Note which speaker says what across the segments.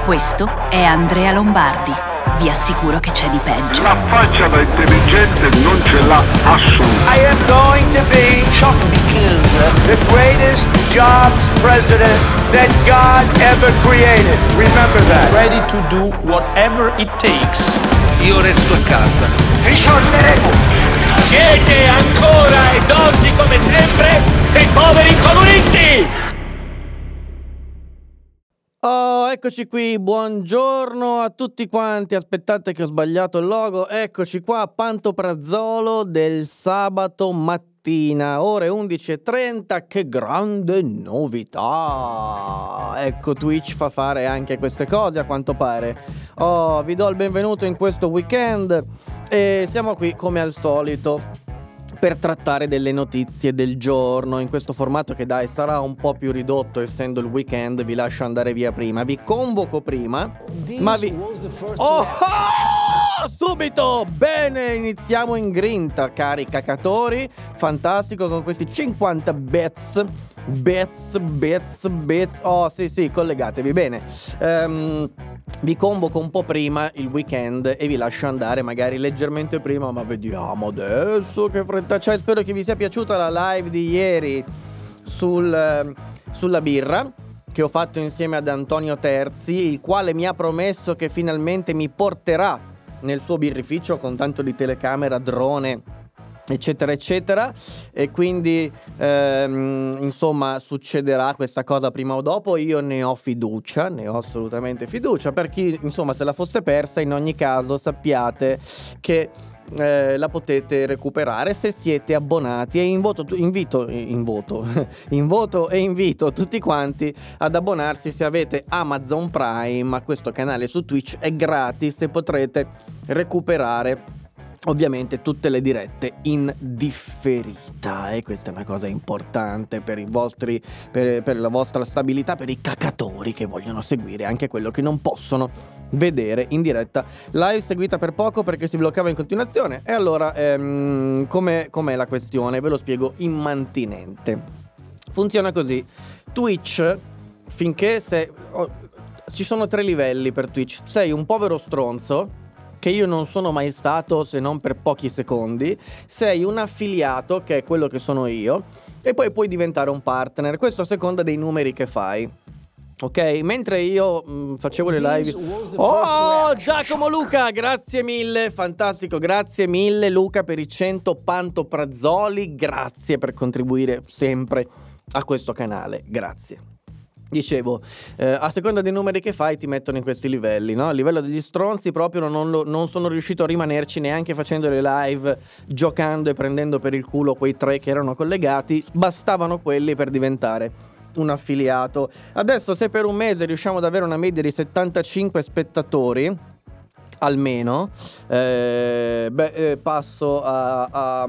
Speaker 1: Questo è Andrea Lombardi. Vi assicuro che c'è di peggio.
Speaker 2: La faccia da intelligente non ce l'ha assolutamente.
Speaker 3: I am going to be shocked because the greatest jobs president that God ever created. Remember that.
Speaker 4: Ready to do whatever it takes.
Speaker 5: Io resto a casa.
Speaker 3: Risolveremo.
Speaker 4: Siete ancora ed oggi come sempre dei poveri comunisti!
Speaker 6: Oh, eccoci qui, buongiorno a tutti quanti. Aspettate che ho sbagliato il logo. Eccoci qua, Pantoprazzolo del sabato mattina, ore 11:30. Che grande novità! Ecco, Twitch fa fare anche queste cose a quanto pare. Oh, vi do il benvenuto in questo weekend e siamo qui come al solito per trattare delle notizie del giorno in questo formato che dai sarà un po' più ridotto essendo il weekend. Vi lascio andare via prima, vi convoco prima, ma vi... Oh! Subito! Bene, iniziamo in grinta, cari cacatori. Fantastico, con questi 50 bits. Oh sì, collegatevi bene. Vi convoco un po' prima il weekend e vi lascio andare magari leggermente prima, ma vediamo adesso che fretta c'è. Spero che vi sia piaciuta la live di ieri sulla birra che ho fatto insieme ad Antonio Terzi, il quale mi ha promesso che finalmente mi porterà nel suo birrificio con tanto di telecamera, drone, eccetera eccetera, e quindi insomma succederà questa cosa prima o dopo. Io ne ho assolutamente fiducia. Per chi insomma se la fosse persa, in ogni caso sappiate che la potete recuperare se siete abbonati, e invito tutti quanti ad abbonarsi se avete Amazon Prime a questo canale su Twitch. È gratis e potrete recuperare ovviamente tutte le dirette in differita, e questa è una cosa importante per i vostri per la vostra stabilità, per i cacatori che vogliono seguire anche quello che non possono vedere in diretta live, seguita per poco perché si bloccava in continuazione. E allora com'è la questione? Ve lo spiego immantinente. Funziona così: Twitch, finché ci sono 3 livelli per Twitch. Sei un povero stronzo, che io non sono mai stato se non per pochi secondi. Sei un affiliato, che è quello che sono io, e poi puoi diventare un partner. Questo a seconda dei numeri che fai. Ok, mentre io facevo le live. Oh, Giacomo Luca, grazie mille, fantastico, grazie mille Luca per i 100 pantoprazzoli, grazie per contribuire sempre a questo canale, grazie. Dicevo, a seconda dei numeri che fai ti mettono in questi livelli, no? A livello degli stronzi proprio non sono riuscito a rimanerci neanche facendo le live, giocando e prendendo per il culo quei 3 che erano collegati. Bastavano quelli per diventare un affiliato. Adesso se per un mese riusciamo ad avere una media di 75 spettatori almeno, passo a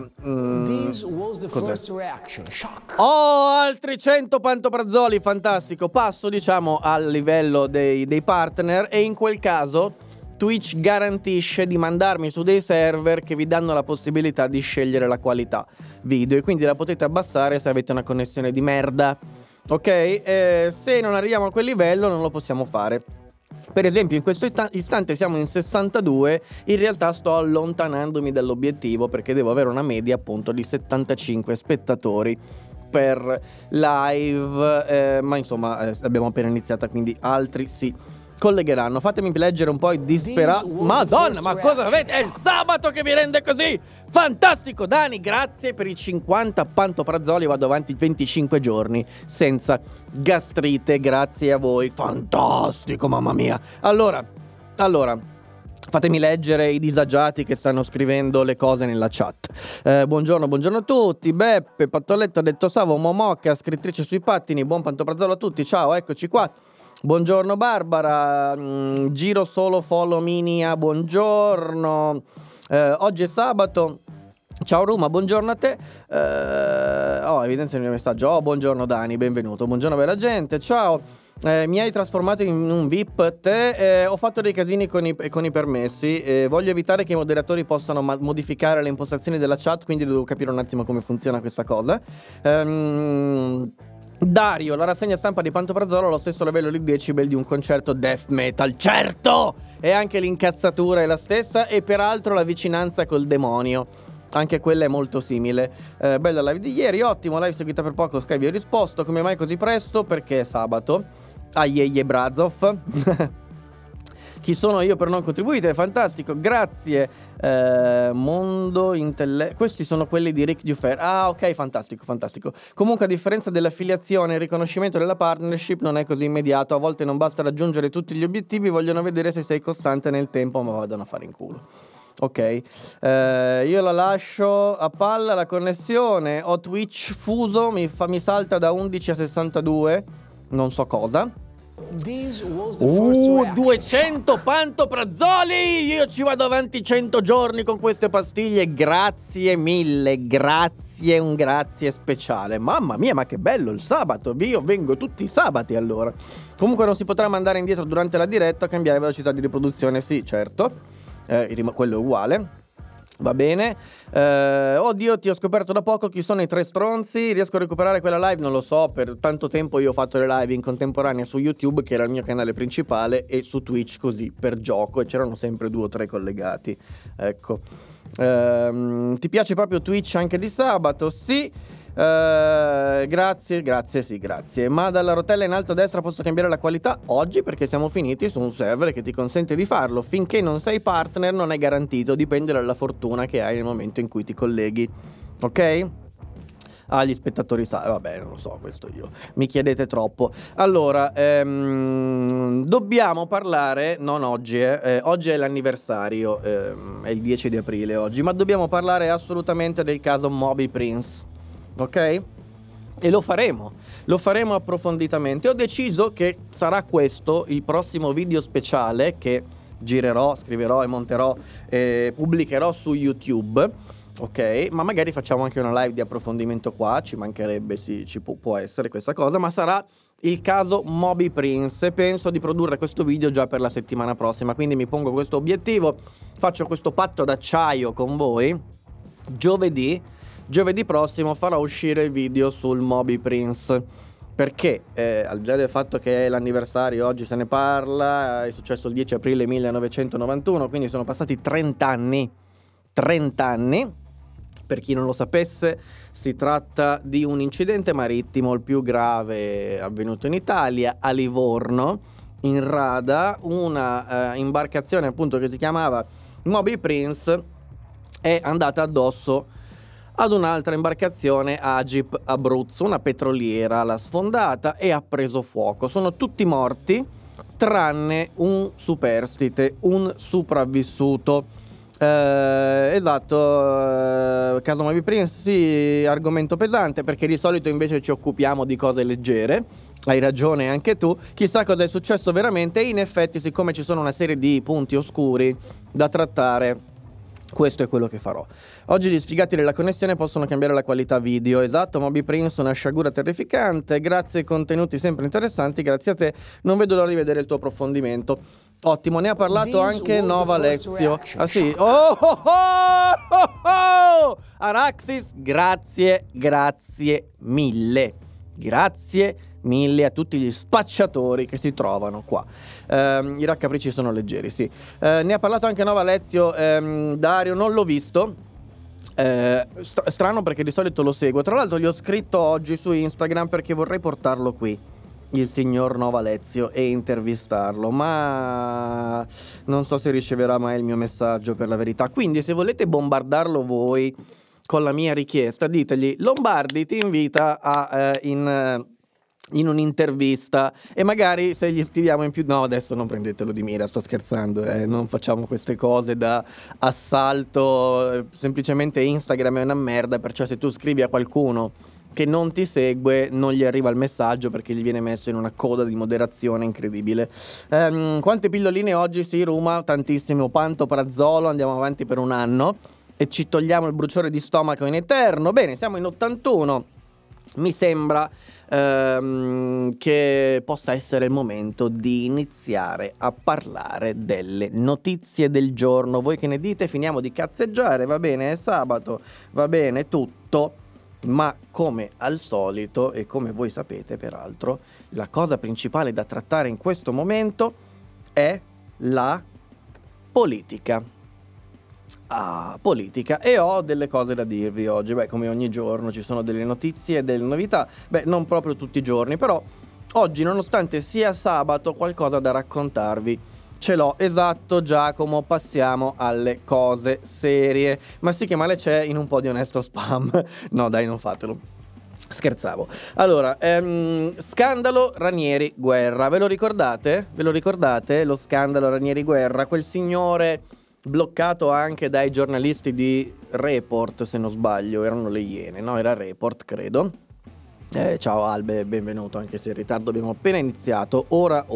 Speaker 6: altri 100 pantoprazzoli, fantastico. Passo diciamo al livello dei partner, e in quel caso Twitch garantisce di mandarmi su dei server che vi danno la possibilità di scegliere la qualità video, e quindi la potete abbassare se avete una connessione di merda. Ok, se non arriviamo a quel livello non lo possiamo fare. Per esempio in questo istante siamo in 62, in realtà sto allontanandomi dall'obiettivo perché devo avere una media appunto di 75 spettatori per live, ma insomma abbiamo appena iniziata, quindi altri si collegheranno. Fatemi leggere un po' i disperati. Madonna, ma cosa avete? È il sabato che vi rende così fantastico. Dani, grazie per i 50 pantoprazzoli. Vado avanti 25 giorni senza gastrite, grazie a voi. Fantastico, mamma mia. Allora fatemi leggere i disagiati che stanno scrivendo le cose nella chat. Buongiorno a tutti. Beppe Pattoletto ha detto Savo Momocca, scrittrice sui pattini. Buon pantoprazzolo a tutti, ciao, eccoci qua. Buongiorno Barbara, giro solo follow Minia, buongiorno. Oggi è sabato. Ciao Ruma, buongiorno a te. Evidenzia il mio messaggio. Oh, buongiorno Dani, benvenuto. Buongiorno bella gente, ciao. Mi hai trasformato in un VIP. Ho fatto dei casini con i permessi. Voglio evitare che i moderatori possano modificare le impostazioni della chat, quindi devo capire un attimo come funziona questa cosa. Dario, la rassegna stampa di Pantoprazolo allo stesso livello di decibel di un concerto death metal. Certo! E anche l'incazzatura è la stessa e peraltro la vicinanza col demonio. Anche quella è molto simile. Bella live di ieri, ottimo, live seguita per poco, Sky vi ho risposto. Come mai così presto? Perché è sabato. Aieie Brazov. Chi sono io per non contribuire? Fantastico, grazie. Mondo Intelle... Questi sono quelli di Rick Dufer. Ah, ok, fantastico, fantastico. Comunque, a differenza dell'affiliazione, il riconoscimento della partnership non è così immediato. A volte non basta raggiungere tutti gli obiettivi, vogliono vedere se sei costante nel tempo, ma vadano a fare in culo. Ok, io la lascio a palla la connessione. Ho Twitch fuso, mi salta da 11 a 62. Non so cosa. 200 pantoprazoli! Io ci vado avanti 100 giorni con queste pastiglie. Grazie mille, grazie, un grazie speciale. Mamma mia, ma che bello il sabato. Io vengo tutti i sabati allora. Comunque non si potrà mandare indietro durante la diretta, cambiare velocità di riproduzione. Sì, certo, quello è uguale. Va bene. Oddio, ti ho scoperto da poco chi sono i tre stronzi. Riesco a recuperare quella live? Non lo so. Per tanto tempo io ho fatto le live in contemporanea su YouTube, che era il mio canale principale, e su Twitch così per gioco, e c'erano sempre 2 o 3 collegati. Ecco. Ti piace proprio Twitch anche di sabato? Sì. Grazie, sì, grazie. Ma dalla rotella in alto a destra posso cambiare la qualità? Oggi, perché siamo finiti su un server che ti consente di farlo. Finché non sei partner non è garantito, dipende dalla fortuna che hai nel momento in cui ti colleghi. Ok? Gli spettatori vabbè, non lo so, questo io. Mi chiedete troppo. Allora, dobbiamo parlare, non oggi, oggi è l'anniversario, è il 10 di aprile oggi, ma dobbiamo parlare assolutamente del caso Moby Prince. Ok? E lo faremo approfonditamente. Ho deciso che sarà questo il prossimo video speciale che girerò, scriverò e monterò e pubblicherò su YouTube. Ok? Ma magari facciamo anche una live di approfondimento qua, ci mancherebbe, sì, può essere questa cosa, ma sarà il caso Moby Prince. Penso di produrre questo video già per la settimana prossima, quindi mi pongo questo obiettivo, faccio questo patto d'acciaio con voi. Giovedì prossimo farò uscire il video sul Moby Prince, perché al di là del fatto che è l'anniversario, oggi se ne parla, è successo il 10 aprile 1991, quindi sono passati 30 anni. Per chi non lo sapesse, si tratta di un incidente marittimo, il più grave avvenuto in Italia, a Livorno, in rada, una imbarcazione appunto che si chiamava Moby Prince è andata addosso ad un'altra imbarcazione Agip Abruzzo, una petroliera, l'ha sfondata e ha preso fuoco. Sono tutti morti, tranne un superstite, un sopravvissuto. Esatto, caso Moby Prince, sì, argomento pesante, perché di solito invece ci occupiamo di cose leggere. Hai ragione anche tu. Chissà cosa è successo veramente, e in effetti, siccome ci sono una serie di punti oscuri da trattare, questo è quello che farò. Oggi gli sfigati della connessione possono cambiare la qualità video. Esatto, Moby Prince, una sciagura terrificante. Grazie, contenuti sempre interessanti. Grazie a te. Non vedo l'ora di vedere il tuo approfondimento. Ottimo, ne ha parlato anche Nova Alezio. Ah sì? Araxis, grazie mille. Grazie mille a tutti gli spacciatori che si trovano qua. I raccapricci sono leggeri, sì. Ne ha parlato anche Nova Alezio. Dario, non l'ho visto. Strano, perché di solito lo seguo. Tra l'altro gli ho scritto oggi su Instagram perché vorrei portarlo qui, il signor Nova Alezio, e intervistarlo, ma non so se riceverà mai il mio messaggio, per la verità. Quindi se volete bombardarlo voi con la mia richiesta, ditegli: Lombardi ti invita in un'intervista, e magari se gli scriviamo in più... No, adesso non prendetelo di mira, sto scherzando, non facciamo queste cose da assalto. Semplicemente Instagram è una merda, perciò se tu scrivi a qualcuno che non ti segue non gli arriva il messaggio, perché gli viene messo in una coda di moderazione incredibile. Quante pilloline oggi? Sì, Ruma, tantissimo. Pantoprazolo, andiamo avanti per un anno e ci togliamo il bruciore di stomaco in eterno. Bene, siamo in 81. Mi sembra che possa essere il momento di iniziare a parlare delle notizie del giorno. Voi che ne dite? Finiamo di cazzeggiare, va bene? È sabato, va bene tutto. Ma come al solito, e come voi sapete peraltro, la cosa principale da trattare in questo momento è la politica. Politica, e ho delle cose da dirvi oggi. Come ogni giorno ci sono delle notizie e delle novità, non proprio tutti i giorni, però oggi, nonostante sia sabato, qualcosa da raccontarvi ce l'ho. Esatto, Giacomo, passiamo alle cose serie. Ma sì, che male c'è in un po' di onesto spam? No dai, non fatelo, scherzavo. Allora, scandalo Ranieri Guerra, ve lo ricordate? Ve lo ricordate lo scandalo Ranieri Guerra? Quel signore bloccato anche dai giornalisti di Report, se non sbaglio, erano le Iene, no? Era Report, credo. Ciao Albe, benvenuto, anche se in ritardo, abbiamo appena iniziato, ora.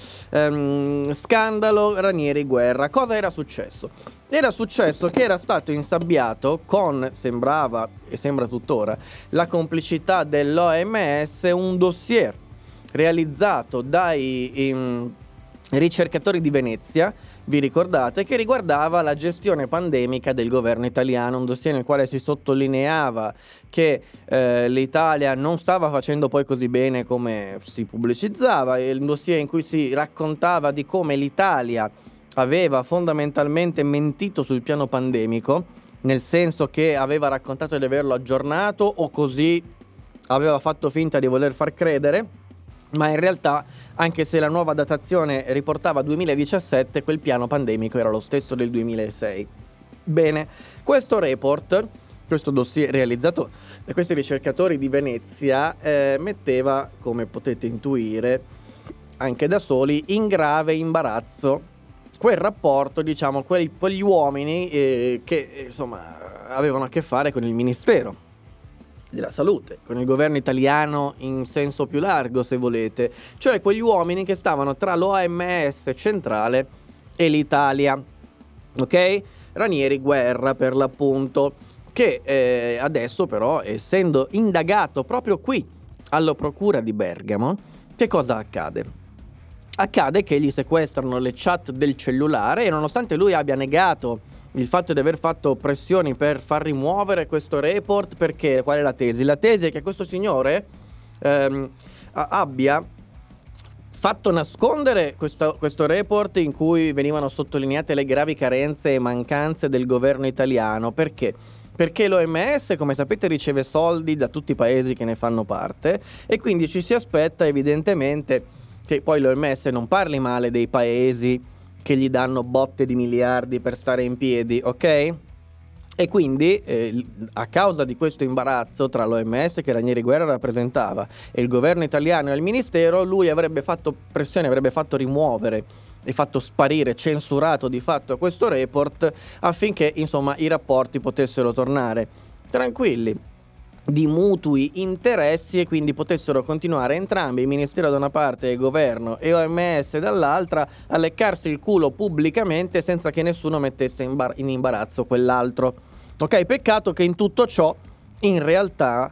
Speaker 6: Scandalo Ranieri Guerra. Cosa era successo? Era successo che era stato insabbiato con, sembrava e sembra tuttora, la complicità dell'OMS, un dossier realizzato dai ricercatori di Venezia, vi ricordate, che riguardava la gestione pandemica del governo italiano, un dossier nel quale si sottolineava che l'Italia non stava facendo poi così bene come si pubblicizzava, un dossier in cui si raccontava di come l'Italia aveva fondamentalmente mentito sul piano pandemico, nel senso che aveva raccontato di averlo aggiornato, o così aveva fatto finta di voler far credere. Ma in realtà, anche se la nuova datazione riportava 2017, quel piano pandemico era lo stesso del 2006. Bene, questo report, questo dossier realizzato da questi ricercatori di Venezia, metteva, come potete intuire anche da soli, in grave imbarazzo quel rapporto, diciamo, quegli uomini che insomma avevano a che fare con il Ministero della Salute, con il governo italiano in senso più largo, se volete, cioè quegli uomini che stavano tra l'OMS centrale e l'Italia, ok? Ranieri Guerra, per l'appunto, che adesso però, essendo indagato proprio qui alla procura di Bergamo, che cosa accade? Accade che gli sequestrano le chat del cellulare, e nonostante lui abbia negato il fatto di aver fatto pressioni per far rimuovere questo report, perché qual è la tesi? La tesi è che questo signore abbia fatto nascondere questo report in cui venivano sottolineate le gravi carenze e mancanze del governo italiano. Perché? Perché l'OMS, come sapete, riceve soldi da tutti i paesi che ne fanno parte, e quindi ci si aspetta evidentemente che poi l'OMS non parli male dei paesi che gli danno botte di miliardi per stare in piedi, ok? E quindi a causa di questo imbarazzo tra l'OMS, che Ranieri Guerra rappresentava, e il governo italiano e il ministero, lui avrebbe fatto pressione, avrebbe fatto rimuovere e fatto sparire, censurato di fatto questo report, affinché insomma i rapporti potessero tornare tranquilli, di mutui interessi, e quindi potessero continuare entrambi, il ministero da una parte e il governo e OMS dall'altra, a leccarsi il culo pubblicamente senza che nessuno mettesse in imbarazzo quell'altro. Ok, peccato che in tutto ciò in realtà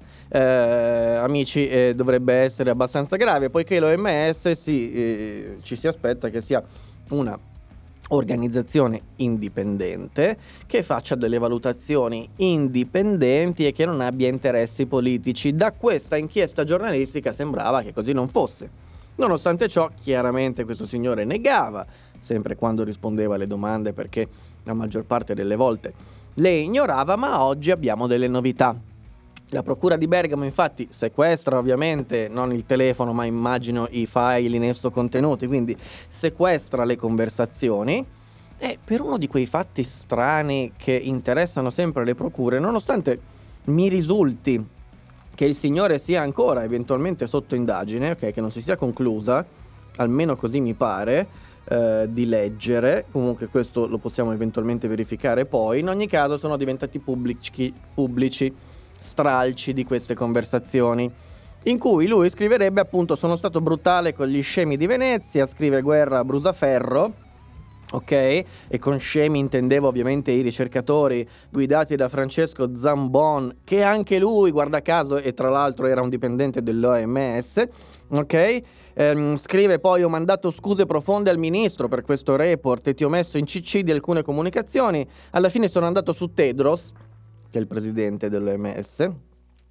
Speaker 6: amici, dovrebbe essere abbastanza grave, poiché l'OMS ci si aspetta che sia una organizzazione indipendente, che faccia delle valutazioni indipendenti e che non abbia interessi politici. Da questa inchiesta giornalistica sembrava che così non fosse. Nonostante ciò, chiaramente questo signore negava, sempre quando rispondeva alle domande, perché la maggior parte delle volte le ignorava. Ma oggi abbiamo delle novità. La procura di Bergamo infatti sequestra, ovviamente non il telefono, ma immagino i file in esso contenuti, quindi sequestra le conversazioni, e per uno di quei fatti strani che interessano sempre le procure, nonostante mi risulti che il signore sia ancora eventualmente sotto indagine, ok, che non si sia conclusa, almeno così mi pare di leggere, comunque questo lo possiamo eventualmente verificare poi, in ogni caso sono diventati pubblici stralci di queste conversazioni, in cui lui scriverebbe appunto: sono stato brutale con gli scemi di Venezia, scrive Guerra a Brusaferro, ok, e con scemi intendevo ovviamente i ricercatori guidati da Francesco Zambon, che anche lui, guarda caso, e tra l'altro era un dipendente dell'OMS, ok. Scrive poi: ho mandato scuse profonde al ministro per questo report e ti ho messo in CC di alcune comunicazioni, alla fine sono andato su Tedros, che è il presidente dell'OMS,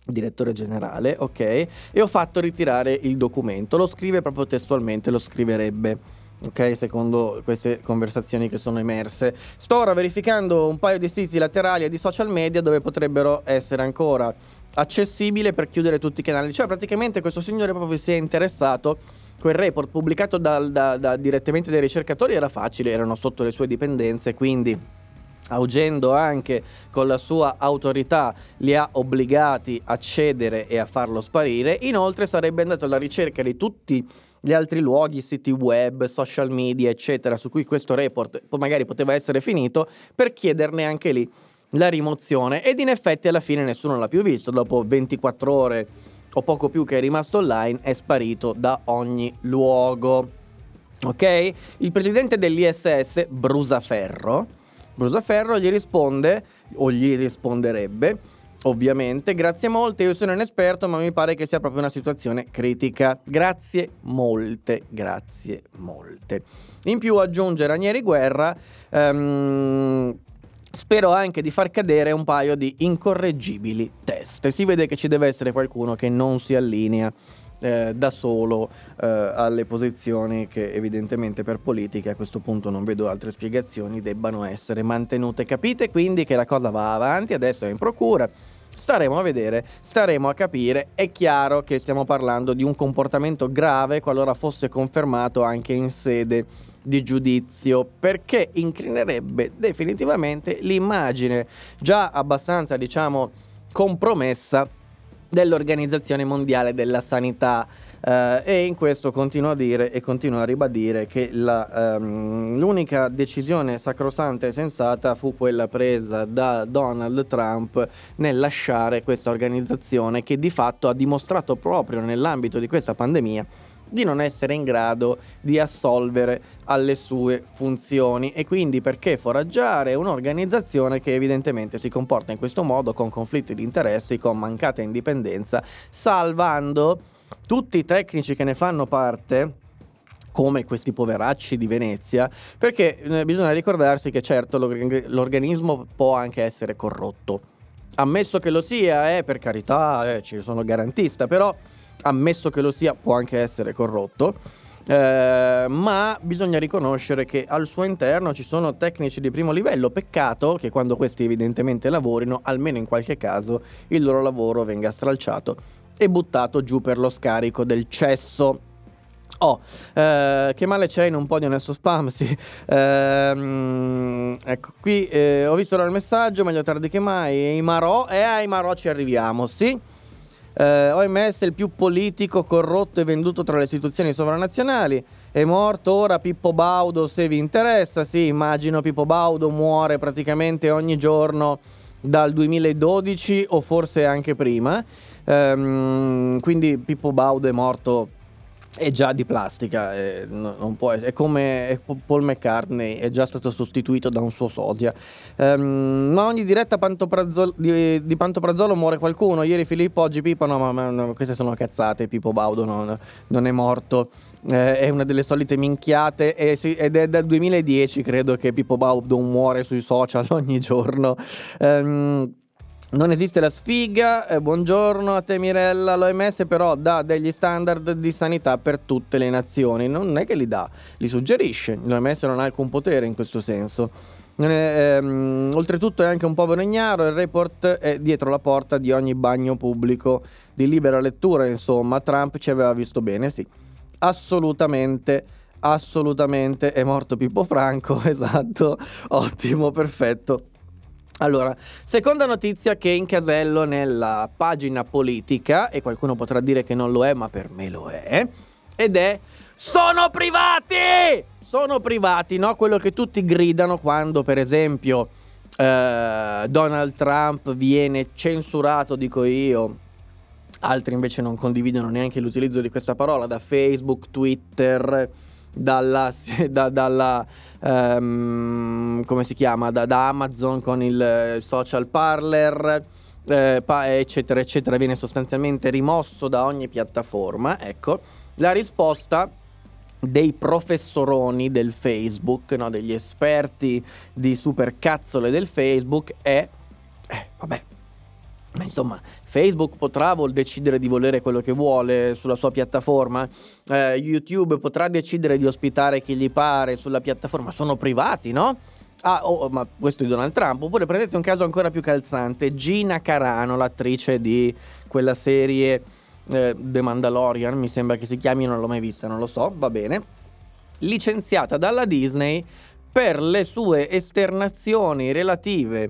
Speaker 6: direttore generale, ok, e ho fatto ritirare il documento. Lo scrive proprio testualmente, lo scriverebbe, ok, secondo queste conversazioni che sono emerse. Sto ora verificando un paio di siti laterali e di social media dove potrebbero essere ancora accessibili per chiudere tutti i canali. Cioè praticamente questo signore proprio si è interessato. Quel report pubblicato direttamente dai ricercatori era facile, erano sotto le sue dipendenze, quindi Augendo anche con la sua autorità li ha obbligati a cedere e a farlo sparire. Inoltre sarebbe andato alla ricerca di tutti gli altri luoghi, siti web, social media eccetera su cui questo report magari poteva essere finito, per chiederne anche lì la rimozione, ed in effetti alla fine nessuno l'ha più visto. Dopo 24 ore o poco più che è rimasto online, è sparito da ogni luogo, ok? Il presidente dell'ISS, Brusaferro gli risponde, o gli risponderebbe, ovviamente: grazie molte, io sono inesperto, ma mi pare che sia proprio una situazione critica. Grazie molte. In più aggiunge Ranieri Guerra, spero anche di far cadere un paio di incorreggibili teste. Si vede che ci deve essere qualcuno che non si allinea da solo alle posizioni che evidentemente per politica, a questo punto non vedo altre spiegazioni, debbano essere mantenute. Capite quindi che la cosa va avanti, adesso è in procura, staremo a vedere, staremo a capire. È chiaro che stiamo parlando di un comportamento grave qualora fosse confermato anche in sede di giudizio, perché incrinerebbe definitivamente l'immagine già abbastanza, diciamo, compromessa dell'Organizzazione Mondiale della Sanità, e in questo continuo a dire e continuo a ribadire che l'unica decisione sacrosanta e sensata fu quella presa da Donald Trump nel lasciare questa organizzazione, che di fatto ha dimostrato proprio nell'ambito di questa pandemia di non essere in grado di assolvere alle sue funzioni. E quindi perché foraggiare un'organizzazione che evidentemente si comporta in questo modo, con conflitti di interessi, con mancata indipendenza, salvando tutti i tecnici che ne fanno parte, come questi poveracci di Venezia, perché bisogna ricordarsi che certo l'organismo può anche essere corrotto, ammesso che lo sia, per carità, ci sono garantista, però ammesso che lo sia può anche essere corrotto, ma bisogna riconoscere che al suo interno ci sono tecnici di primo livello. Peccato che quando questi evidentemente lavorino, almeno in qualche caso il loro lavoro venga stralciato e buttato giù per lo scarico del cesso. Che male c'è in un po' di onesto spam? Sì. Ecco qui, ho visto il messaggio, meglio tardi che mai. Ai Marò ci arriviamo, sì. OMS è il più politico, corrotto e venduto tra le istituzioni sovranazionali. È morto ora Pippo Baudo, se vi interessa. Sì, immagino Pippo Baudo muore praticamente ogni giorno dal 2012 o forse anche prima, quindi Pippo Baudo è morto, è già di plastica, non può essere, è come Paul McCartney, è già stato sostituito da un suo sosia. Ma ogni diretta di Pantoprazolo muore qualcuno. Ieri Filippo, oggi Pippo. No, queste sono cazzate. Pippo Baudo non è morto, è una delle solite minchiate, ed è dal 2010 credo che Pippo Baudo muore sui social ogni giorno. Non esiste la sfiga, buongiorno a te Mirella. L'OMS però dà degli standard di sanità per tutte le nazioni, non è che li dà, li suggerisce. L'OMS non ha alcun potere in questo senso. Oltretutto è anche un povero ignaro, il report è dietro la porta di ogni bagno pubblico di libera lettura, insomma. Trump ci aveva visto bene, sì, assolutamente. È morto Pippo Franco, esatto, ottimo, perfetto. Allora, seconda notizia che incasello nella pagina politica, e qualcuno potrà dire che non lo è, ma per me lo è, ed è: sono privati! Sono privati, no? Quello che tutti gridano quando, per esempio, Donald Trump viene censurato, dico io, altri invece non condividono neanche l'utilizzo di questa parola, da Facebook, Twitter, dalla come si chiama, da Amazon con il social parler, eccetera eccetera, viene sostanzialmente rimosso da ogni piattaforma. Ecco, la risposta dei professoroni del Facebook, no, degli esperti di supercazzole del Facebook è vabbè, Ma insomma, Facebook potrà decidere di volere quello che vuole sulla sua piattaforma, YouTube potrà decidere di ospitare chi gli pare sulla piattaforma, sono privati, no? Ma questo è Donald Trump. Oppure prendete un caso ancora più calzante, Gina Carano, l'attrice di quella serie The Mandalorian, mi sembra che si chiami, non l'ho mai vista, non lo so, va bene, licenziata dalla Disney per le sue esternazioni relative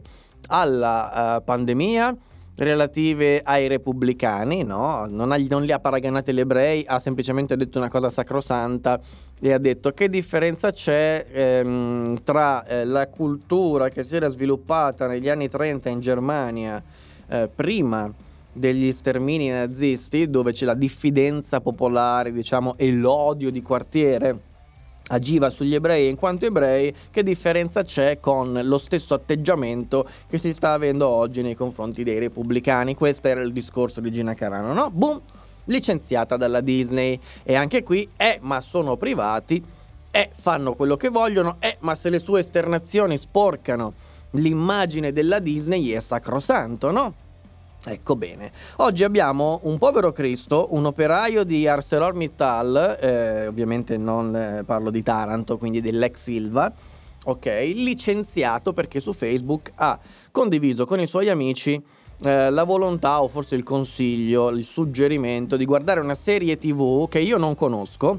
Speaker 6: alla pandemia, relative ai repubblicani, no? Non li ha paragonati agli ebrei, ha semplicemente detto una cosa sacrosanta e ha detto: che differenza c'è tra la cultura che si era sviluppata negli anni 30 in Germania prima degli stermini nazisti, dove c'è la diffidenza popolare, diciamo, e l'odio di quartiere agiva sugli ebrei in quanto ebrei, che differenza c'è con lo stesso atteggiamento che si sta avendo oggi nei confronti dei repubblicani? Questo era il discorso di Gina Carano, no? Boom! Licenziata dalla Disney. E anche qui, ma sono privati, fanno quello che vogliono, ma se le sue esternazioni sporcano l'immagine della Disney è sacrosanto, no? Ecco bene, oggi abbiamo un povero Cristo, un operaio di ArcelorMittal, ovviamente non parlo di Taranto, quindi dell'ex Ilva, ok, licenziato perché su Facebook ha condiviso con i suoi amici la volontà, o forse il consiglio, il suggerimento di guardare una serie TV che io non conosco,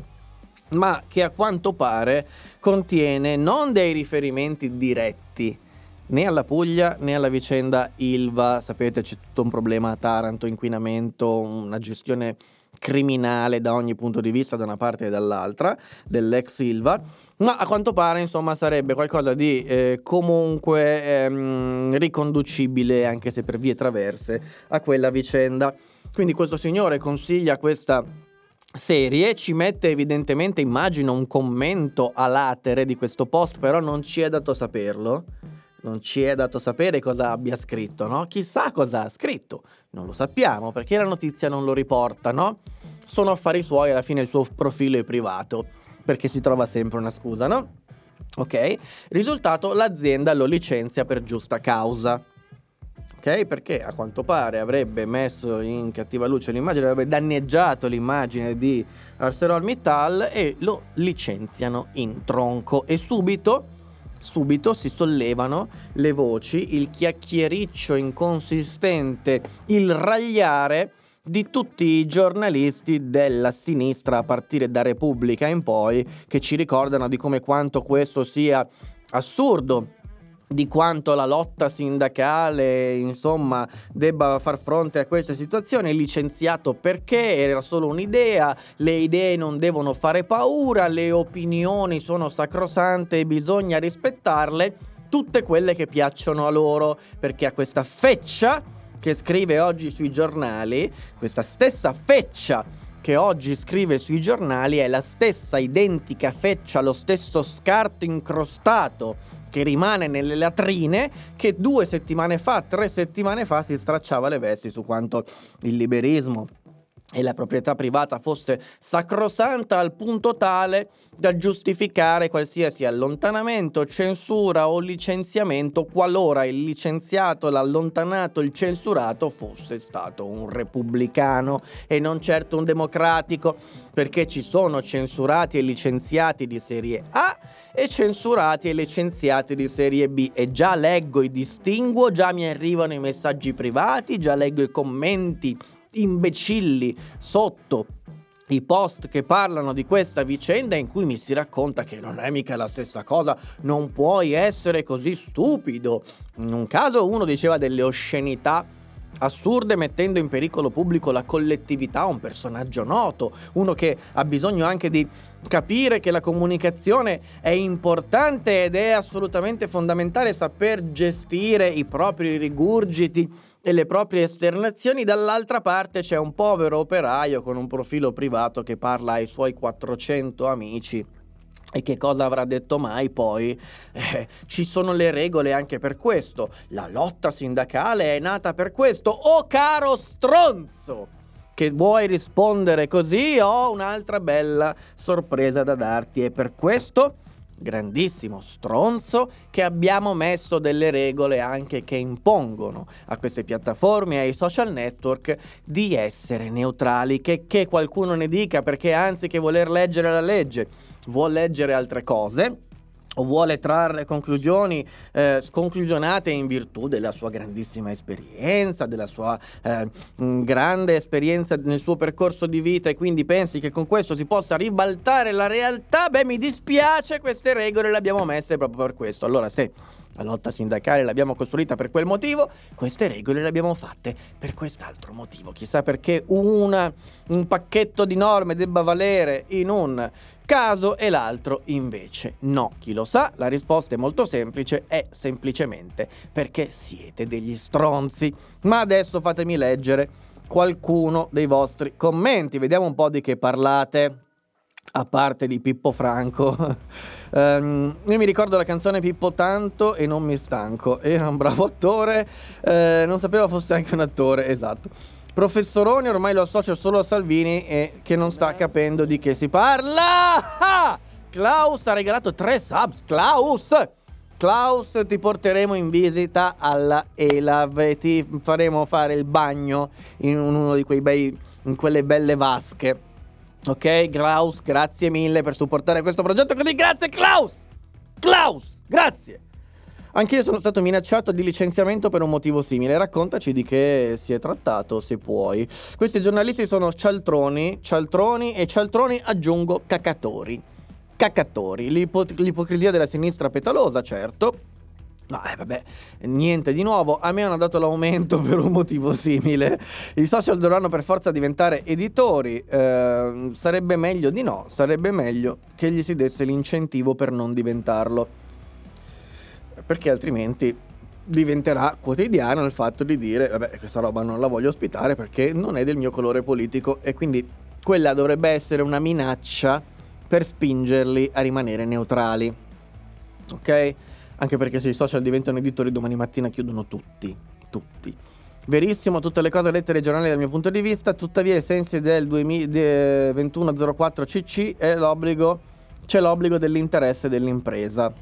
Speaker 6: ma che a quanto pare contiene non dei riferimenti diretti né alla Puglia né alla vicenda Ilva. Sapete, c'è tutto un problema a Taranto, inquinamento, una gestione criminale da ogni punto di vista, da una parte e dall'altra, dell'ex Ilva, ma a quanto pare insomma sarebbe qualcosa di comunque riconducibile, anche se per vie traverse, a quella vicenda. Quindi questo signore consiglia questa serie, ci mette evidentemente, immagino, un commento a latere di questo post, però non ci è dato saperlo. Non ci è dato sapere cosa abbia scritto, no? Chissà cosa ha scritto, non lo sappiamo perché la notizia non lo riporta, no? Sono affari suoi, alla fine il suo profilo è privato, perché si trova sempre una scusa, no? Ok? Risultato, l'azienda lo licenzia per giusta causa. Ok? Perché a quanto pare avrebbe messo in cattiva luce l'immagine, avrebbe danneggiato l'immagine di ArcelorMittal e lo licenziano in tronco. E subito si sollevano le voci, il chiacchiericcio inconsistente, il ragliare di tutti i giornalisti della sinistra a partire da Repubblica in poi, che ci ricordano di come quanto questo sia assurdo, di quanto la lotta sindacale, insomma, debba far fronte a queste situazioni. Licenziato perché era solo un'idea, le idee non devono fare paura, le opinioni sono sacrosante e bisogna rispettarle, tutte quelle che piacciono a loro, perché a questa feccia che scrive oggi sui giornali, questa stessa feccia che oggi scrive sui giornali è la stessa identica feccia, lo stesso scarto incrostato che rimane nelle latrine, che 2 settimane fa, 3 settimane fa si stracciava le vesti su quanto il liberismo e la proprietà privata fosse sacrosanta al punto tale da giustificare qualsiasi allontanamento, censura o licenziamento qualora il licenziato, l'allontanato, il censurato fosse stato un repubblicano e non certo un democratico, perché ci sono censurati e licenziati di serie A e censurati e licenziati di serie B, e già leggo i distinguo, già mi arrivano i messaggi privati, già leggo i commenti imbecilli sotto i post che parlano di questa vicenda, in cui mi si racconta che non è mica la stessa cosa, non puoi essere così stupido. In un caso uno diceva delle oscenità assurde mettendo in pericolo pubblico la collettività, un personaggio noto, uno che ha bisogno anche di capire che la comunicazione è importante ed è assolutamente fondamentale saper gestire i propri rigurgiti e le proprie esternazioni. Dall'altra parte c'è un povero operaio con un profilo privato che parla ai suoi 400 amici. E che cosa avrà detto mai poi? Ci sono le regole anche per questo. La lotta sindacale è nata per questo. Oh caro stronzo, che vuoi rispondere così? Ho un'altra bella sorpresa da darti, e per questo grandissimo stronzo che abbiamo messo delle regole anche che impongono a queste piattaforme e ai social network di essere neutrali, che qualcuno ne dica, perché anziché voler leggere la legge vuol leggere altre cose o vuole trarre conclusioni sconclusionate in virtù della sua grandissima esperienza, della sua grande esperienza nel suo percorso di vita, e quindi pensi che con questo si possa ribaltare la realtà, beh, mi dispiace, queste regole le abbiamo messe proprio per questo. Allora, se la lotta sindacale l'abbiamo costruita per quel motivo, queste regole le abbiamo fatte per quest'altro motivo. Chissà perché un pacchetto di norme debba valere in un caso e l'altro invece no. Chi lo sa? La risposta è molto semplice, è semplicemente perché siete degli stronzi. Ma adesso fatemi leggere qualcuno dei vostri commenti, vediamo un po' di che parlate. A parte di Pippo Franco, io mi ricordo la canzone Pippo Tanto e non mi stanco, era un bravo attore, non sapevo fosse anche un attore, esatto. Professoroni ormai lo associo solo a Salvini e che non sta capendo di che si parla. Klaus ha regalato 3 subs. Klaus, ti porteremo in visita alla Elav e ti faremo fare il bagno in uno di in quelle belle vasche. Ok, Klaus, grazie mille per supportare questo progetto così. Grazie Klaus, grazie. Anch'io sono stato minacciato di licenziamento per un motivo simile. Raccontaci di che si è trattato, se puoi. Questi giornalisti sono cialtroni e cialtroni aggiungo cacatori. L'ipocrisia della sinistra petalosa, certo. No, vabbè, niente di nuovo. A me hanno dato l'aumento per un motivo simile. I social dovranno per forza diventare editori. Sarebbe meglio di no. Sarebbe meglio che gli si desse l'incentivo per non diventarlo, perché altrimenti diventerà quotidiano il fatto di dire vabbè, questa roba non la voglio ospitare perché non è del mio colore politico, e quindi quella dovrebbe essere una minaccia per spingerli a rimanere neutrali. Ok? Anche perché se i social diventano editori domani mattina chiudono tutti. Verissimo, tutte le cose lette dai giornali dal mio punto di vista, tuttavia ai sensi del 2104 CC c'è l'obbligo dell'interesse dell'impresa.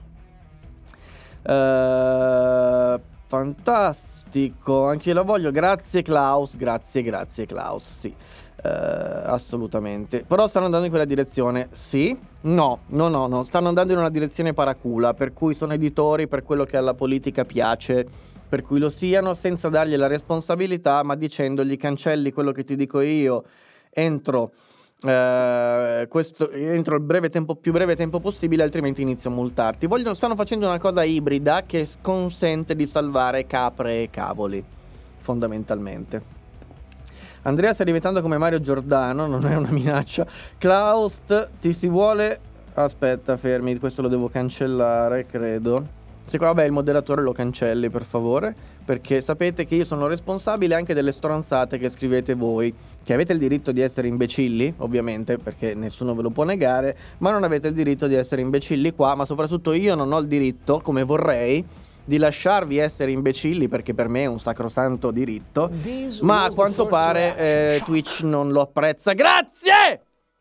Speaker 6: Fantastico, anche io la voglio. Grazie Klaus, sì, assolutamente. Però stanno andando in quella direzione? Sì? No, stanno andando in una direzione paracula, per cui sono editori per quello che alla politica piace, per cui lo siano, senza dargli la responsabilità, ma dicendogli cancelli quello che ti dico io entro il più breve tempo possibile, altrimenti inizio a multarti. Stanno facendo una cosa ibrida che consente di salvare capre e cavoli, fondamentalmente. Andrea sta diventando come Mario Giordano, non è una minaccia. Klaus, ti si vuole... Aspetta, fermi, questo lo devo cancellare, credo. Se qua, vabbè, il moderatore lo cancelli, per favore, perché sapete che io sono responsabile anche delle stronzate che scrivete voi, che avete il diritto di essere imbecilli, ovviamente, perché nessuno ve lo può negare, ma non avete il diritto di essere imbecilli qua, ma soprattutto io non ho il diritto, come vorrei, di lasciarvi essere imbecilli, perché per me è un sacrosanto diritto, ma a quanto pare Twitch non lo apprezza. Grazie!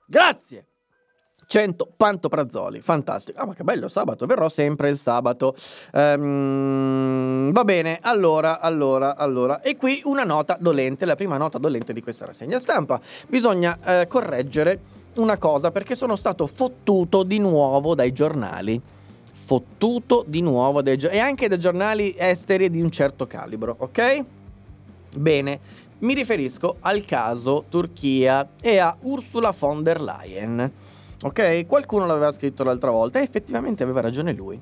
Speaker 6: 100 Pantoprazzoli, fantastico. Ma che bello, sabato, verrò sempre il sabato. Va bene, allora. E qui una nota dolente, la prima nota dolente di questa rassegna stampa. Bisogna correggere una cosa, perché sono stato fottuto di nuovo dai giornali. E anche dai giornali esteri di un certo calibro, ok? Bene, mi riferisco al caso Turchia e a Ursula von der Leyen. Ok, qualcuno l'aveva scritto l'altra volta e effettivamente aveva ragione lui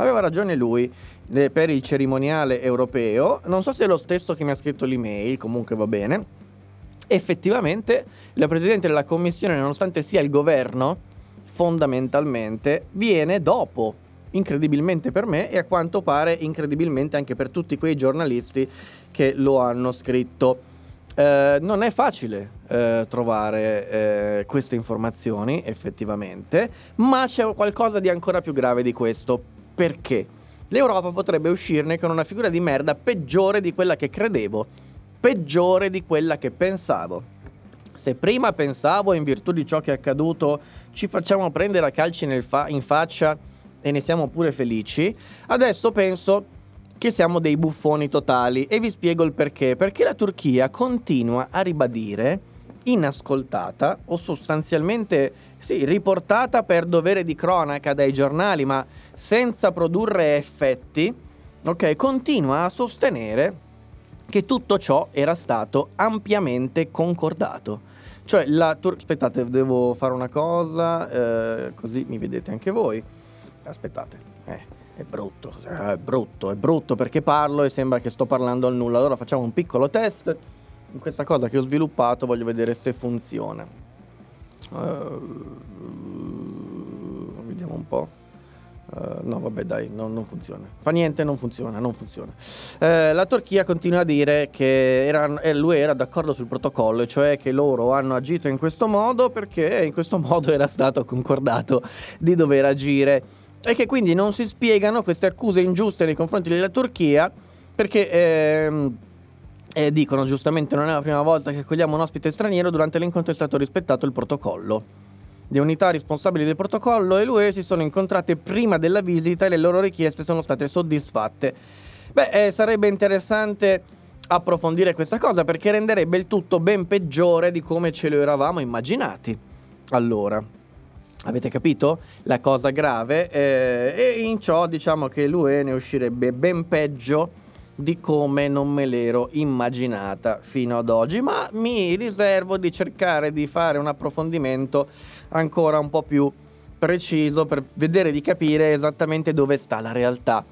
Speaker 6: per il cerimoniale europeo. Non so se è lo stesso che mi ha scritto l'email, comunque va bene. Effettivamente la Presidente della Commissione, nonostante sia il governo, fondamentalmente viene dopo, incredibilmente per me e a quanto pare incredibilmente anche per tutti quei giornalisti che lo hanno scritto. Non è facile trovare queste informazioni effettivamente, ma c'è qualcosa di ancora più grave di questo, perché l'Europa potrebbe uscirne con una figura di merda peggiore di quella che credevo, peggiore di quella che pensavo. Se prima pensavo, in virtù di ciò che è accaduto, ci facciamo prendere a calci in faccia e ne siamo pure felici, adesso penso che siamo dei buffoni totali e vi spiego il perché. Perché la Turchia continua a ribadire, inascoltata o sostanzialmente sì, riportata per dovere di cronaca dai giornali, ma senza produrre effetti, ok, continua a sostenere che tutto ciò era stato ampiamente concordato. Cioè aspettate, devo fare una cosa, così mi vedete anche voi. Aspettate, è brutto perché parlo e sembra che sto parlando al nulla. Allora facciamo un piccolo test in questa cosa che ho sviluppato, voglio vedere se funziona. Vediamo un po'. No vabbè dai, non funziona. Fa niente, non funziona. La Turchia continua a dire che lui era d'accordo sul protocollo, cioè che loro hanno agito in questo modo perché in questo modo era stato concordato di dover agire, e che quindi non si spiegano queste accuse ingiuste nei confronti della Turchia, perché dicono giustamente non è la prima volta che accogliamo un ospite straniero, durante l'incontro è stato rispettato il protocollo. Le unità responsabili del protocollo e l'UE si sono incontrate prima della visita e le loro richieste sono state soddisfatte. Sarebbe interessante approfondire questa cosa, perché renderebbe il tutto ben peggiore di come ce lo eravamo immaginati. Allora, avete capito? La cosa grave, e in ciò diciamo che l'UE ne uscirebbe ben peggio di come non me l'ero immaginata fino ad oggi, ma mi riservo di cercare di fare un approfondimento ancora un po' più preciso per vedere di capire esattamente dove sta la realtà.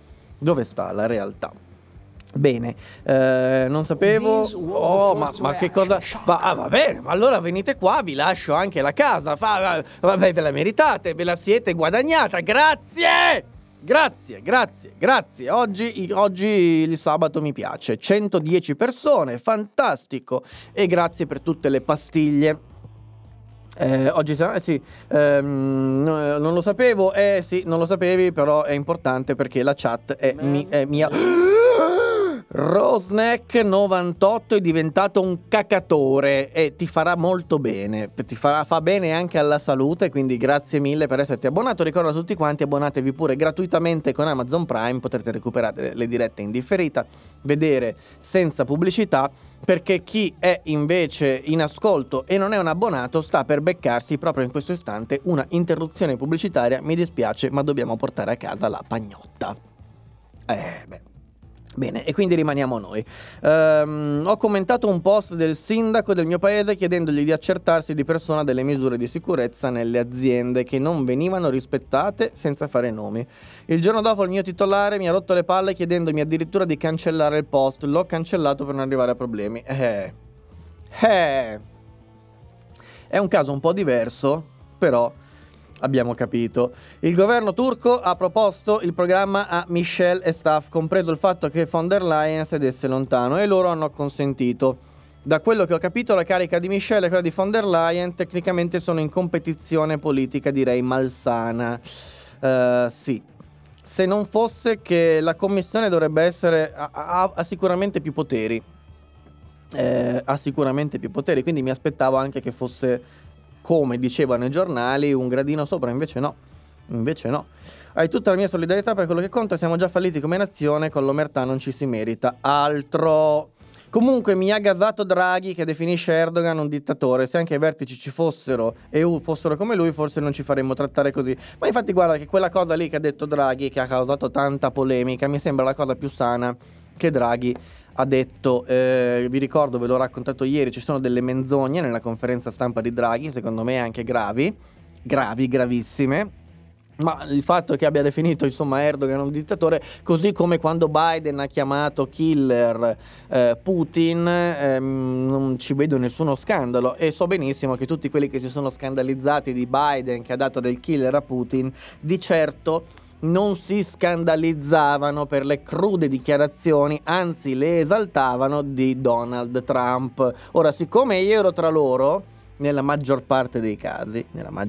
Speaker 6: Bene, non sapevo. Ma che cosa? Va bene, ma allora venite qua, vi lascio anche la casa. Vabbè, ve la meritate, ve la siete guadagnata. Grazie. Oggi il sabato mi piace. 110 persone, fantastico. E grazie per tutte le pastiglie. Oggi sì, non lo sapevo. Sì, non lo sapevi, però è importante perché la chat è mia. Rosneck98 è diventato un cacatore e ti farà molto bene, fa bene anche alla salute, quindi grazie mille per esserti abbonato. Ricordo a tutti quanti, abbonatevi pure gratuitamente con Amazon Prime, potrete recuperare le dirette in differita, vedere senza pubblicità, perché chi è invece in ascolto e non è un abbonato sta per beccarsi proprio in questo istante una interruzione pubblicitaria. Mi dispiace, ma dobbiamo portare a casa la pagnotta. Bene, e quindi rimaniamo noi. Ho commentato un post del sindaco del mio paese chiedendogli di accertarsi di persona delle misure di sicurezza nelle aziende che non venivano rispettate, senza fare nomi. Il giorno dopo il mio titolare mi ha rotto le palle chiedendomi addirittura di cancellare il post. L'ho cancellato per non arrivare a problemi. È un caso un po' diverso, però abbiamo capito. Il governo turco ha proposto il programma a Michel e staff, compreso il fatto che von der Leyen sedesse lontano, e loro hanno consentito. Da quello che ho capito, la carica di Michel e quella di von der Leyen tecnicamente sono in competizione politica, direi malsana. Sì. Se non fosse che la commissione dovrebbe essere ha sicuramente più poteri. Quindi mi aspettavo anche che fosse, come dicevano i giornali, un gradino sopra, invece no. Hai tutta la mia solidarietà per quello che conta, siamo già falliti come nazione, con l'omertà non ci si merita altro. Comunque mi ha gasato Draghi che definisce Erdogan un dittatore. Se anche i vertici ci fossero e fossero come lui, forse non ci faremmo trattare così. Ma infatti guarda che quella cosa lì che ha detto Draghi, che ha causato tanta polemica, mi sembra la cosa più sana che Draghi ha detto. Vi ricordo, ve l'ho raccontato ieri, ci sono delle menzogne nella conferenza stampa di Draghi, secondo me anche gravissime, ma il fatto che abbia definito insomma Erdogan un dittatore, così come quando Biden ha chiamato killer Putin, non ci vedo nessuno scandalo, e so benissimo che tutti quelli che si sono scandalizzati di Biden che ha dato del killer a Putin di certo non si scandalizzavano per le crude dichiarazioni, anzi le esaltavano, di Donald Trump. Ora, siccome io ero tra loro, nella maggior parte dei casi,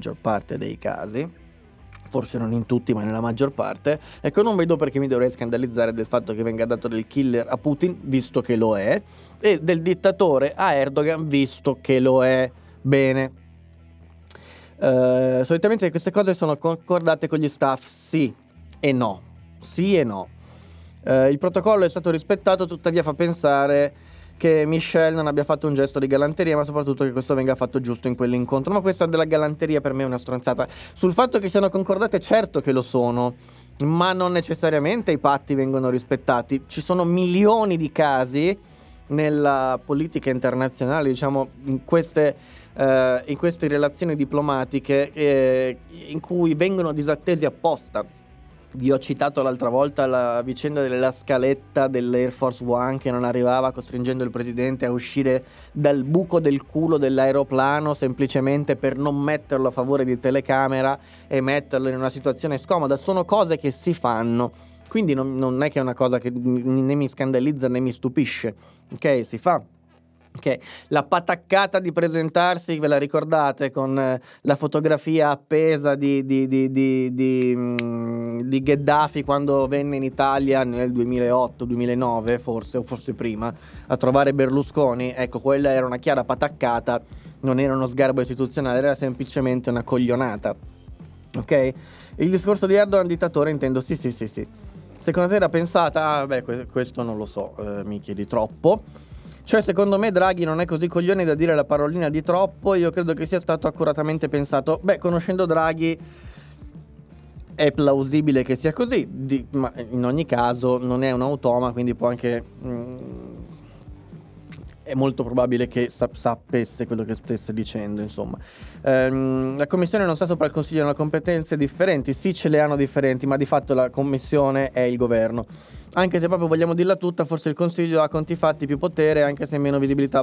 Speaker 6: forse non in tutti ma nella maggior parte, ecco, non vedo perché mi dovrei scandalizzare del fatto che venga dato del killer a Putin, visto che lo è, e del dittatore a Erdogan, visto che lo è. Bene. Solitamente queste cose sono concordate con gli staff, sì, e no. Sì e no. Il protocollo è stato rispettato, tuttavia fa pensare che Michelle non abbia fatto un gesto di galanteria, ma soprattutto che questo venga fatto giusto in quell'incontro. Ma questa della galanteria per me è una stronzata. Sul fatto che siano concordate, certo che lo sono, ma non necessariamente i patti vengono rispettati. Ci sono milioni di casi nella politica internazionale, diciamo, in queste relazioni diplomatiche in cui vengono disattesi apposta. Vi ho citato l'altra volta la vicenda della scaletta dell'Air Force One che non arrivava, costringendo il presidente a uscire dal buco del culo dell'aeroplano semplicemente per non metterlo a favore di telecamera e metterlo in una situazione scomoda. Sono cose che si fanno, quindi non è che è una cosa che né mi scandalizza né mi stupisce, ok? Si fa. Okay. La pataccata di presentarsi, ve la ricordate, con la fotografia appesa di Gheddafi quando venne in Italia nel 2008-2009 forse, o forse prima, a trovare Berlusconi? Ecco, quella era una chiara pataccata, non era uno sgarbo istituzionale, era semplicemente una coglionata, ok? Il discorso di Erdogan dittatore, intendo, sì. Secondo te era pensata? Questo non lo so, mi chiedi troppo. Cioè, secondo me Draghi non è così coglione da dire la parolina di troppo. Io credo che sia stato accuratamente pensato. Conoscendo Draghi è plausibile che sia così, ma in ogni caso non è un automa, quindi può anche è molto probabile che sapesse quello che stesse dicendo, insomma. La commissione non sta sopra il consiglio, hanno competenze differenti. Sì, ce le hanno differenti, ma di fatto la commissione è il governo. Anche se proprio vogliamo dirla tutta, forse il consiglio ha conti fatti più potere, anche se meno visibilità.